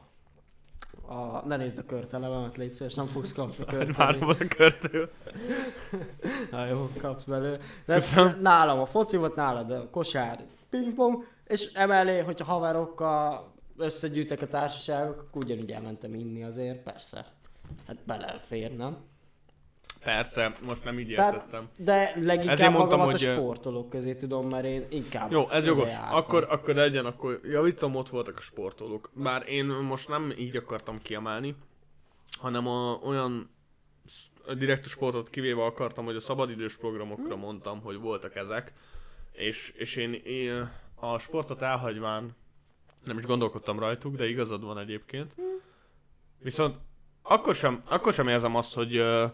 a ne nézd a körtelevemet, légy szíves, nem fogsz kapni Már körtelemet. volt a körtől. Na jó, kapsz belőle. De Köszönöm. nálam a foci volt, nálad a kosár, pingpong, és emellé, hogyha haverokkal összegyűjtek a társaságok, akkor ugyanúgy elmentem inni azért, persze. Hát belefér, nem? Persze, most nem így Tehát- értettem. De Ezért leginkább mondtam, magamat hogy- a sportolók közé tudom, mert én inkább Jó, ez ide jogos. jártam. Akkor, akkor legyen, akkor javítom, ott voltak a sportolók. Bár én most nem így akartam kiemelni, hanem a, olyan sz- direkt a sportot kivéve akartam, hogy a szabadidős programokra mondtam, hogy voltak ezek. És, és én, én a sportot elhagyván nem is gondolkodtam rajtuk, de igazad van egyébként. Viszont akkor sem, akkor sem érzem azt, hogy, ö,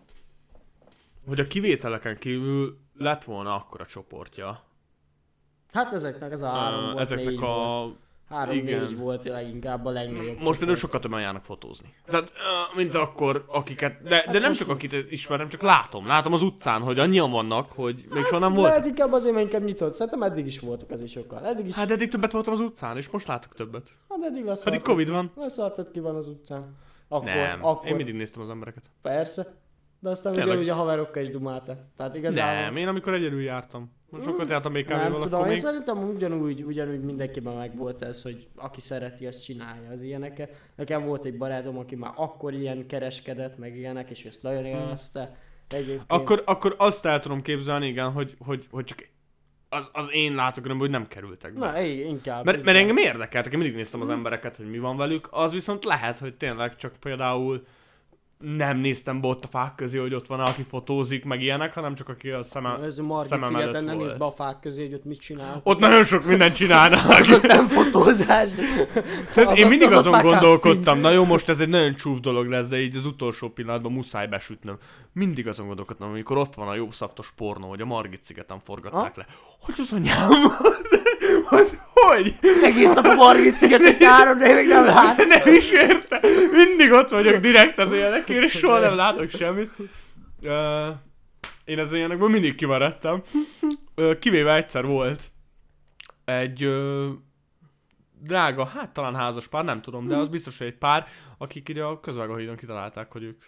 hogy a kivételeken kívül lett volna akkora csoportja. Hát ezeknek ez a három Ö, volt, ezeknek négy a... volt. Három, igen. négy volt leginkább a legnagyobb. Most például csoport. sokat többen járnak fotózni. Tehát, ö, mint akkor, akiket... De, de nem csak akit ismerem, csak látom. Látom az utcán, hogy annyian vannak, hogy még soha nem volt. Lehet inkább azért, mert inkább nyitott. Szerintem eddig is voltak ez is sokkal. Eddig is. Hát eddig többet voltam az utcán, és most látok többet. Hát eddig lesz. Pedig Covid van. Leszartad ki van az utcán. Akkor, Nem, akkor én mindig néztem az embereket. persze. De aztán Tényleg. ugyanúgy a haverokkal is dumáltak. Tehát igazából... Nem, én amikor egyedül jártam. Most sokat jártam még Nem kávéval, tudom, akkor én még... szerintem ugyanúgy, ugyanúgy mindenkiben meg volt ez, hogy aki szereti, azt csinálja az ilyeneket. Nekem volt egy barátom, aki már akkor ilyen kereskedett, meg ilyenek, és ezt nagyon élvezte. Egyébként... Akkor, akkor azt el tudom képzelni, igen, hogy, hogy, hogy csak az, az én látókörömből, hogy nem kerültek be. Na, igen, inkább. Mert, inkább. mert engem érdekeltek, én mindig néztem az embereket, hogy mi van velük, az viszont lehet, hogy tényleg csak például nem néztem be ott a fák közé, hogy ott van, aki fotózik, meg ilyenek, hanem csak aki a szemem, Ez a Margit szemem szigeten előtt nem néz be volt. a fák közé, hogy ott mit csinál. Ott nagyon sok mindent csinálnak. Az ott nem fotózás. Tehát Az én ott- mindig az ott azon már gondolkodtam, na jó, most ez egy nagyon csúf dolog lesz, de így az utolsó pillanatban muszáj besütnöm. Mindig azon gondolkodtam, amikor ott van a jó szaftos pornó, hogy a Margit szigeten forgatták Ha? le. Hogy az anyám? hogy? Hogy? Egész nap a Margit szigetet járom, de én még nem látom. Nem is érte. Mindig ott vagyok direkt az ilyenekért, és soha nem látok semmit. Uh, én az ilyenekből mindig kimaradtam. Uh, kivéve egyszer volt egy uh, drága, hát talán házas pár, nem tudom, de az biztos, hogy egy pár, akik ide a Közvágóhídon kitalálták, hogy ők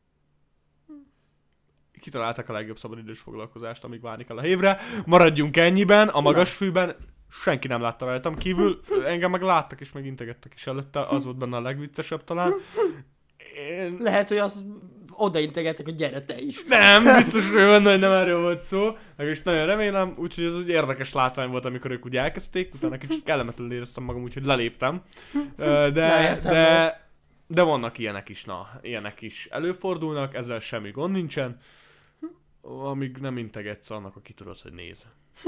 kitalálták a legjobb szabadidős foglalkozást, amíg várni kell a hévre. Maradjunk ennyiben, a magas fűben. Senki nem látta rajtam kívül, engem meg láttak és meg integettek is előtte, az volt benne a legviccesebb talán. Én... Lehet, hogy azt odaintegettek, hogy gyere te is. Nem, biztos, hogy benne, hogy nem erről volt szó, meg is nagyon remélem, úgyhogy ez úgy érdekes látvány volt, amikor ők úgy elkezdték, utána kicsit kellemetlenül éreztem magam, úgyhogy leléptem. Ö, De, értem, de, de vannak ilyenek is, na, ilyenek is előfordulnak, ezzel semmi gond nincsen, amíg nem integetsz annak, aki tudod, hogy néz.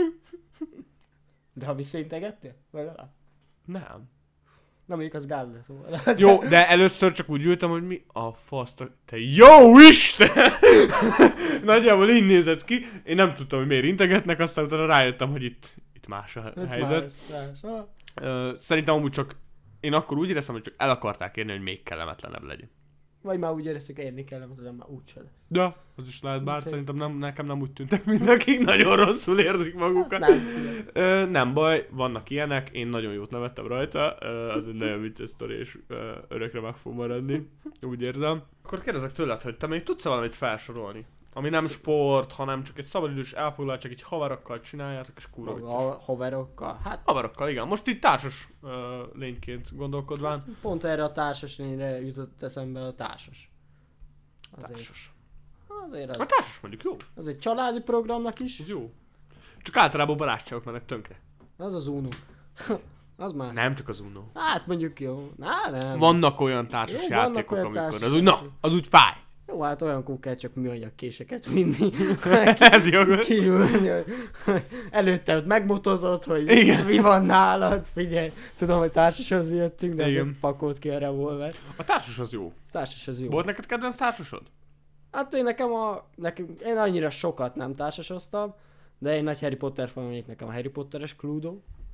De ha visszaintegettél? Legalább. Nem. Na mondjuk az gáz lesz volna. Jó, de először csak úgy ültem, hogy mi a fasz, te jó Isten! Nagyjából így nézett ki. Én nem tudtam, hogy miért integetnek, aztán utána rájöttem, hogy itt, itt más a helyzet. Más, más. Ah. Ö, Szerintem amúgy csak, én akkor úgy éreztem, hogy csak el akarták érni, hogy még kellemetlenebb legyen. Vagy már úgy érezték, érni kell, de már úgyse lesz. De, az is lehet, bár Oké. szerintem nem, nekem nem úgy tűntek, mint akik nagyon rosszul érzik magukat. Nem tudom. Ö, nem baj, vannak ilyenek, én nagyon jót nevettem rajta, ö, az egy nagyon vicces sztori, és ö, örökre meg fog maradni, úgy érzem. Akkor kérdezek tőled, hogy te még tudsz valamit felsorolni? Ami nem sport, hanem csak egy szabadidős elfoglaltság, egy haverokkal csináljátok, és kurva vicces. A haverokkal. Hát Haverokkal, igen. Most itt társas ö, lényként gondolkodván. pont erre a társas lényre jutott eszembe a társas. Azért, Társas. azért A az, társas mondjuk jó. az egy családi programnak is. Ez jó. Csak általában barátságok mennek tönkre. Az az Uno. Az már. Nem csak az Uno. Hát mondjuk jó. Á, nem. Vannak olyan társas Jó, vannak játékok, olyan amikor társas az úgy, na, játékok. az úgy fáj. Jó, hát olyankor kell csak műanyag késeket vinni. Ez jogos. Kiülni, hogy előtte ott megmotozott, hogy Igen. mi van nálad, figyelj. Tudom, hogy társashoz jöttünk, de Igen. azért pakolt ki a revolver. A társas az jó. Társas az jó. Volt neked kedvenc társasod? Hát én nekem a... Nekem, én annyira sokat nem társasoztam, de én nagy Harry Potter fan vagyok, nekem a Harry Potteres Cluedo.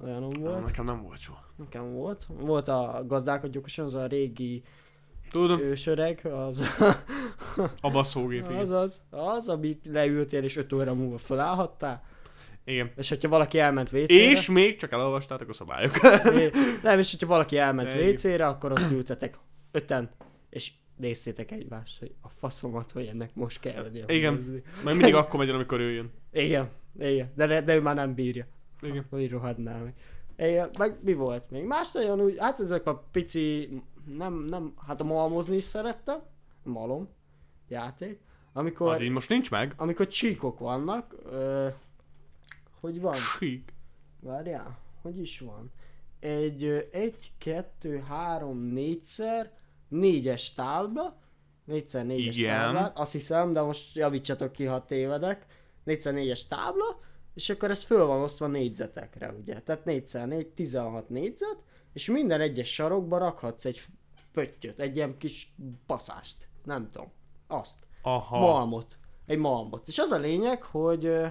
Olyanom volt. Nekem nem volt soha. Nekem volt. Volt a gazdálkodj okosan, az a régi Tudom. ősöreg, az A baszógép, az, az, az, amit leültél és öt óra múlva felállhattál. Igen. És hogyha valaki elment vécére... És még csak elolvastátok a szabályok. Nem, és hogyha valaki elment De vécére, akkor ott ültetek öten, és néztétek egymást, hogy a faszomat, hogy ennek most kell lenni. Igen. Meg mindig akkor megy, amikor ő jön. Igen, igen, de, de ő már nem bírja. Igen. Hogy rohadná meg. Igen, meg mi volt még? Más nagyon úgy, hát ezek a pici, nem, nem, hát a malmozni is szerettem. Malom játék. Amikor, Az így most nincs meg. amikor csíkok vannak, ö, hogy van? Sík. Várjál, hogy is van? Egy, ö, egy, kettő, három, négyszer, négyes tábla, négyszer négyes Igen. táblát, azt hiszem, de most javítsatok ki, ha tévedek. négyszer négyes tábla, és akkor ez föl van osztva négyzetekre, ugye? Tehát négyszer négy, tizenhat négyzet, és minden egyes sarokba rakhatsz egy pöttyöt, egy ilyen kis baszást, nem tudom, azt. Aha. Malmot. Egy malmot. És az a lényeg, hogy... ö,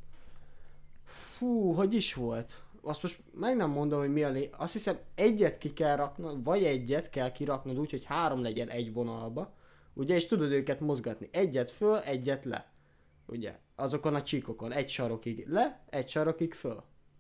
Fú, hogy is volt? Azt most meg nem mondom, hogy mi a lényeg. Azt hiszem egyet ki kell raknod, vagy egyet kell kiraknod úgy, hogy három legyen egy vonalba. Ugye, és tudod őket mozgatni. Egyet föl, egyet le. Ugye, azokon a csíkokon. Egy sarokig le, egy sarokig föl.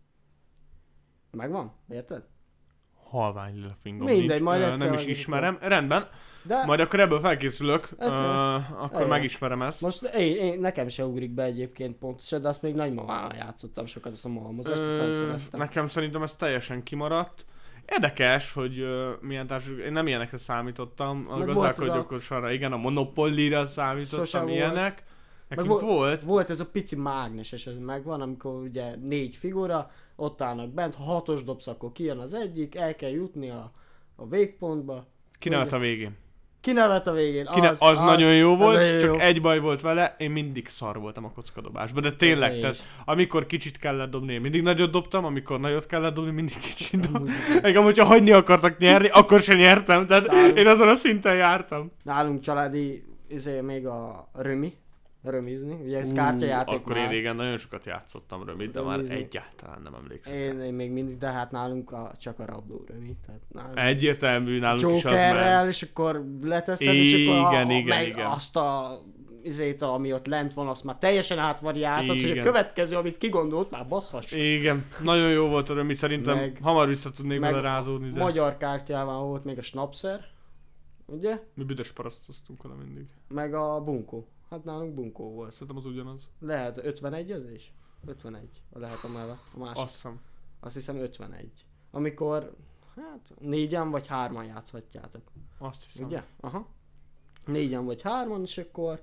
Megvan? Érted? Halvány lila fingom Mindegy, nincs. majd Ö, egyszer nem is megmutatom. ismerem. Rendben. De Majd akkor ebből felkészülök. Egyszer. Uh, akkor Igen. megismerem ezt. most én, én, nekem se ugrik be egyébként pontosan, de azt még nagymamával játszottam sokat, azt a malmozást, azt nem Ö, szerettem. Nekem szerintem ez teljesen kimaradt. Érdekes, hogy uh, milyen társadalmi... Én nem ilyenekre számítottam. A Meg gazdálkodj volt ez a- okosra, igen, a Monopoly-ra számítottam, Sosem volt. ilyenek. Nekünk vo- volt. Volt ez a pici mágneses, ez megvan, amikor ugye négy figura, ott állnak bent, ha hatos dobsz, akkor kijön az egyik, el kell jutni a, a végpontba. Kinevet Ugye- a végén. Kinevet a végén, Kine- az, az, az nagyon jó az volt, nagyon csak jó. egy baj volt vele, én mindig szar voltam a kockadobásban, de tényleg, Ez tehát is. amikor kicsit kellett dobni, én mindig nagyot dobtam, amikor nagyot kellett dobni, mindig kicsit dobtam. Amúgy Engem, hogyha hagyni akartak nyerni, akkor sem nyertem, tehát Nálunk- én azon a szinten jártam. Nálunk családi, izé még a römi, römizni, ugye ez Ú, kártyajáték Akkor már. én régen nagyon sokat játszottam römit, de már Römizni. egyáltalán nem emlékszem. Én, én még mindig, de hát nálunk a, csak a rabló römi, tehát nálunk Egyértelmű nálunk is az Jokerrel, ment. és akkor leteszed, és akkor Igen, a, igen, meg igen. azt a izét, ami ott lent van, azt már teljesen átvariáltad, hogy a Igen. következő, amit kigondolt, már baszhass. Igen, nagyon jó volt a römi, szerintem Meg- hamar vissza tudnék meg bele rázódni, de Magyar kártyával volt még a snapszer, ugye? mi büdös parasztoztunk vele mindig. Meg a bunkó. Hát nálunk bunkó volt. Szerintem az ugyanaz. Lehet ötvenegy az is? ötvenegy. Lehet a neve. A másik. Azt hiszem. Azt hiszem ötvenegy. Amikor, hát négyen vagy hárman játszhatjátok. Azt hiszem. Ugye? Aha. Négyen vagy hárman, és akkor...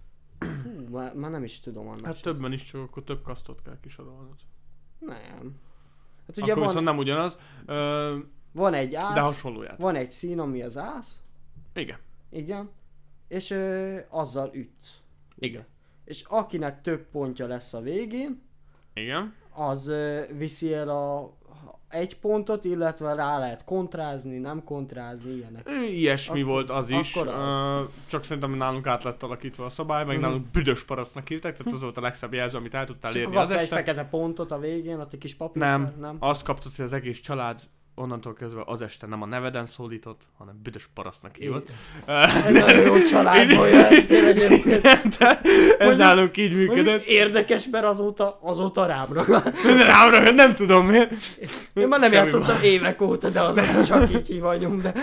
Hú, már, már nem is tudom annak Hát se. többen is, csak akkor több kasztot kell kisorolnod. Nem. Hát Ugye ugye akkor van, viszont nem ugyanaz, ö, van egy ász, de hasonló játék. van egy szín, ami az ász, Igen. igen, és ö, azzal ütsz. Igen. És akinek több pontja lesz a végén, Igen. az ö, viszi el a egy pontot, illetve rá lehet kontrázni, nem kontrázni, ilyenek. Ö, Ilyesmi Akkor- volt az is, akkor az. Ö, csak szerintem nálunk át lett alakítva a szabály, meg Mhm. nálunk büdös parasztnak hívták, tehát az volt a legszebb jelző, amit el tudtál És akkor érni az kapta egy este. fekete pontot a végén, ott egy kis papír. Nem, nem? azt kaptad, hogy az egész család onnantól kezdve az este nem a neveden szólított, hanem büdös parasztnak hívott. Ez nagyon jó családból jön, tényleg egyébként. De ez Mondjuk- nálunk így Mondjuk működött. érdekes, mert azóta, azóta rám ragad. Rám ragad, nem tudom miért. Én már nem Semmi játszottam évek óta, de azóta csak így hívanyunk, de...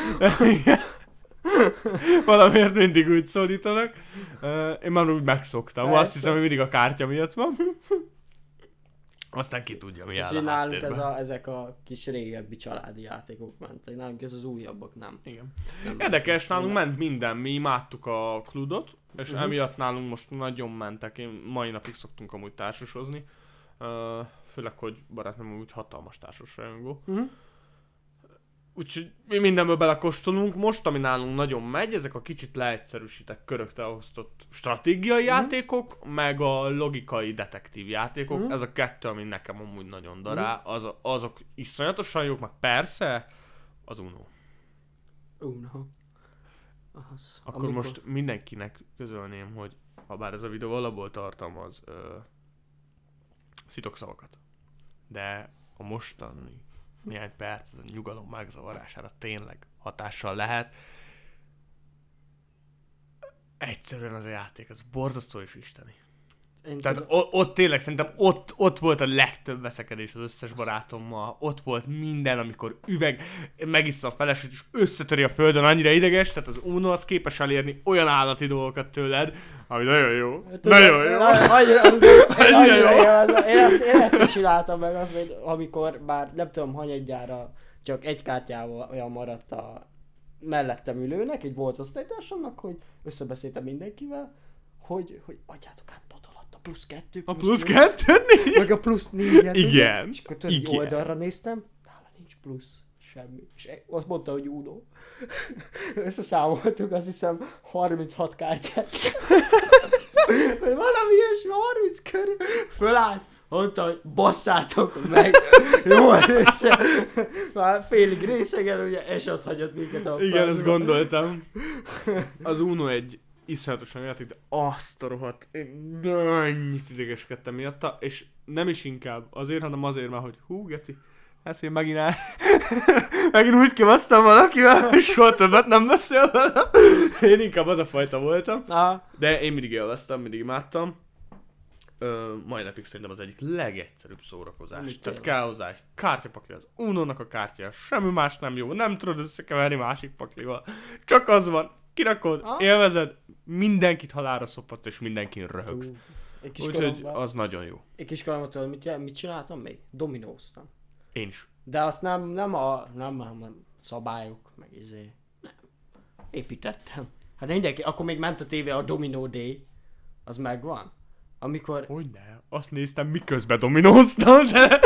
Valamiért mindig úgy szólítanak. Uh, én már úgy megszoktam. Persze. Azt hiszem, hogy mindig a kártya miatt van. Aztán ki tudja, mi áll Úgyhogy a nálunk ez háttérben. a, ezek a kis régebbi családi játékok mentek. Nálunk ez az újabbak nem. Igen. nem Érdekes, nálunk Minden. ment minden. Mi imádtuk a kludot, és Mhm. emiatt nálunk most nagyon mentek. Én mai napig szoktunk amúgy társasozni. Uh, főleg, hogy barátnőm úgy hatalmas társasrajongó. Mhm. Úgyhogy mi mindenből belekóstolunk. Most, ami nálunk nagyon megy, ezek a kicsit leegyszerűsített, körökre osztott stratégiai Mhm. játékok, meg a logikai detektív játékok. Mhm. Ez a kettő, ami nekem amúgy nagyon dará. Az, azok iszonyatosan jók, meg persze az Uno. Uno. Az. Akkor Amikor... most mindenkinek közölném, hogy ha bár ez a videó alapból tartalmaz ö, szitokszavakat. De a mostani néhány perc az a nyugalom megzavarására tényleg hatással lehet. Egyszerűen az a játék, az borzasztó és isteni. Én Tehát tudom. o- ott tényleg szerintem ott, ott volt a legtöbb veszekedés az összes barátommal. Ott volt minden, amikor üveg megissza a feleset és összetöri a földön, annyira ideges, tehát az Uno az képes elérni olyan állati dolgokat tőled, ami nagyon jó. Nagyon jó. Annyira, annyira jó. Én ezt én egyszer csináltam meg azt, hogy amikor bár nem tudom hanyadjára csak egy kártyával olyan maradt a mellettem ülőnek, egy volt osztálytársamnak, hogy összebeszéltem mindenkivel, hogy, hogy adjátok át pad alatt a plusz kettő, A plusz plusz négy, kettőt? meg a plusz négyet. Igen. És akkor tudod, így Igen. oldalra néztem, nála nincs plusz, semmi. És e- azt mondta, hogy Uno. Összeszámoltuk, azt hiszem harminchat kártyát. Vagy valami ilyesmi, harminc körül. Fölállt, mondta, hogy basszátok meg. Jó, és már félig részegen, ugye, és ott hagyott minket a Igen, ezt francba. gondoltam. Az Uno egy iszonyatosan játék, de azt a rohadt, én annyit idegeskedtem miatta, és nem is inkább azért, hanem azért már, hogy hú, geci, hát én megint el... megint úgy kivasztam valakivel, hogy soha többet nem beszél velem. Én inkább az a fajta voltam, Ah, de én mindig élveztem, mindig imádtam. Ö, mai napig szerintem az egyik legegyszerűbb szórakozás. Amit Tehát tényleg. kell hozzá egy kártyapakli, az Unónak a kártyája, semmi más nem jó, nem tudod összekeverni másik paklival. Csak az van, kirakod, Ah. élvezed, mindenkit halálra szopatsz, és mindenkin röhögsz. ú, egy kis Úgyhogy koromban, az nagyon jó. egy kis koromban tudod, mit, mit csináltam még? Dominóztam. Én is. De azt nem, nem a, nem, nem szabályok, meg izé, nem. Építettem. Hát mindenki, akkor még ment a tévé a Domino Day, az megvan. Amikor... Hogyne, azt néztem, miközben dominóztam, de...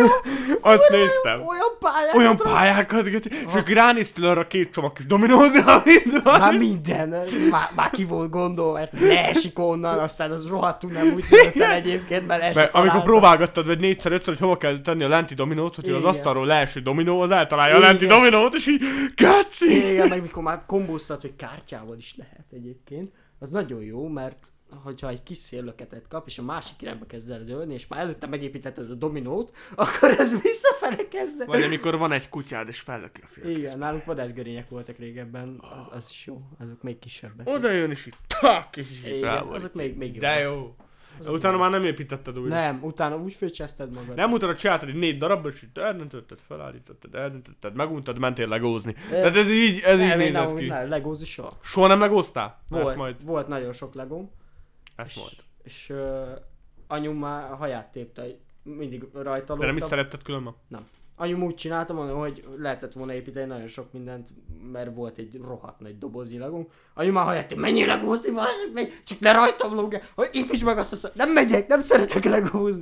azt néztem. Olyan pályákat... Olyan pályákat, geci, és akkor ránéztél arra a két csomag kis dominódra, amit van. Már minden, már, már ki volt gondolva, mert leesik onnan, aztán az rohadtul nem úgy tűnt el egyébként, mert el se Mert amikor találta. próbálgattad, vagy négyszer, ötször, hogy hova kell tenni a lenti dominót, hogy az Igen. asztalról leeső dominó, az eltalálja a Igen. lenti dominót, és így, geci! Igen, meg mikor már kombóztat, hogy kártyával is lehet egyébként, az nagyon jó, mert hogyha egy kis széllöketet kap, és a másik irányba kezd el dőlni, és már előtte megépítetted a dominót, akkor ez visszafele kezd. Vagy amikor van egy kutyád, és fellöki a félkész. Igen, nálunk vadászgörények voltak régebben, az, az is jó, azok még kisebbek. Oda jön, és így, tak, és így Igen, rá vagy. azok még, még De jobbak. jó. Azok Utána még- már nem építetted újra. Nem, utána úgy fölcseszted magad. Nem utána csináltad egy négy darabba, és így eldöntötted, felállítottad, eldöntötted, meguntad, mentél legózni. Tehát ez így, ez így nem, én nézett nem, ki. nem, legózni soha. Soha nem legóztál? Volt, Ezt majd. volt nagyon sok legóm, Ezt majd. és uh, anyum már a haját tépte, mindig rajta De nem is lógtam. szeretted különben? Anyum úgy csináltam, hogy lehetett volna építeni nagyon sok mindent, mert volt egy rohadt nagy doboznyi legónk. Anyum már haját tépte, menjél legózni, basszus meg, csak ne rajtam lógj, hogy építs meg azt a szó. Nem megyek, nem szeretek legózni.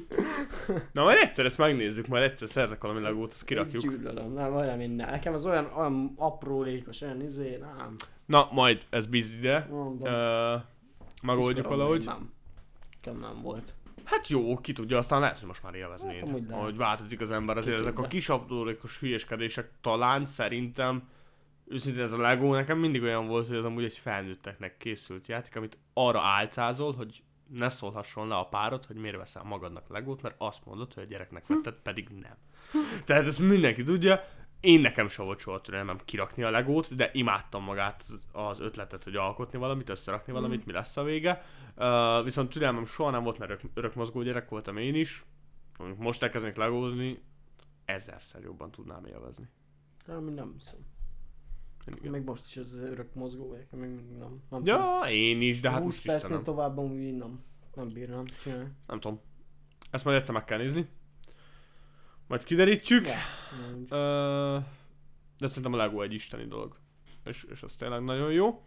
Na majd egyszer ezt megnézzük, majd egyszer szerzek valami legót, azt kirakjuk. Gyűlölöm, nem, olyan minden. Nekem az olyan, olyan aprólékos, olyan izé, nem. Na, majd ez bízd ide. Mondom. Uh, megoldjuk Iskolomban valahogy. Nem. Nekem nem volt. Hát jó, ki tudja, aztán lehet, hogy most már Hát, élveznéd. amúgy lehet. Ahogy változik az ember, azért Ki ezek a tudja. kis aprólékos hülyeskedések talán szerintem, őszintén ez a Lego nekem mindig olyan volt, hogy ez amúgy egy felnőtteknek készült játék, amit arra álcázol, hogy ne szólhasson le a párod, hogy miért veszel magadnak Legót, mert azt mondod, hogy a gyereknek vetted, pedig nem. Tehát ezt mindenki tudja. Én nekem sem volt soha türelmem kirakni a Legót, de imádtam magát az ötletet, hogy alkotni valamit, összerakni valamit, mi lesz a vége. Uh, viszont türelmem soha nem volt, mert örök, örökmozgó gyerek voltam én is. Most elkezdenék legózni, ezerszer jobban tudnám élvezni. De ami nem hiszem. Igen. Még most is az örök mozgó vagyok, még mindig nem. nem Ja, én is, de hát húsz most percnél Istenem. tovább amúgy nem. Nem bírnám csinálni. Nem tudom. Ezt majd egyszer meg kell nézni. Majd kiderítjük. Ja, nem. Ö, de szerintem a Lego egy isteni dolog. És, és az tényleg nagyon jó.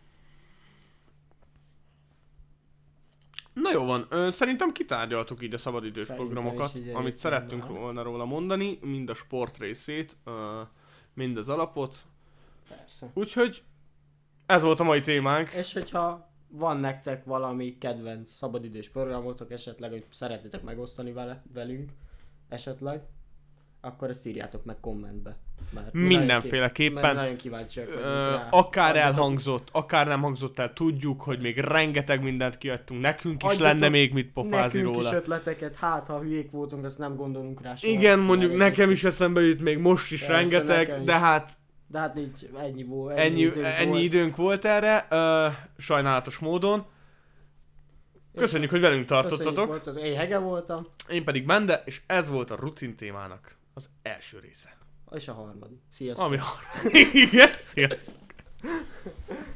Na jó van, Ö, szerintem kitárgyaltuk így a szabadidős Szerintem programokat, is így amit egyébként szerettünk már. volna róla mondani, mind a sport részét, ö, mind az alapot. Persze. Úgyhogy ez volt a mai témánk. És hogyha van nektek valami kedvenc szabadidős programotok esetleg, hogy szeretitek megosztani vele, velünk, esetleg, akkor ezt írjátok meg kommentbe. Mert Mindenféleképpen. Mert nagyon kíváncsiak vagyunk rá. Akár elhangzott, akár nem hangzott el, tudjuk, hogy még rengeteg mindent kiadtunk, nekünk is Adjatok lenne még mit pofázni nekünk róla. is ötleteket, hát ha hülyék voltunk, azt nem gondolunk rá soha. Igen, mondjuk Mert nekem is eszembe jut még most is Persze, rengeteg, nekem is. de hát De hát nincs, ennyi volt. Ennyi, ennyi, időnk ennyi volt. időnk volt erre, uh, sajnálatos módon. Köszönjük, hogy velünk Köszönjük, tartottatok. volt, az én Hege voltam, Én pedig Mende, és ez volt a rutin témának az első része. és a harmadik. Sziasztok! Ami Igen, sziasztok!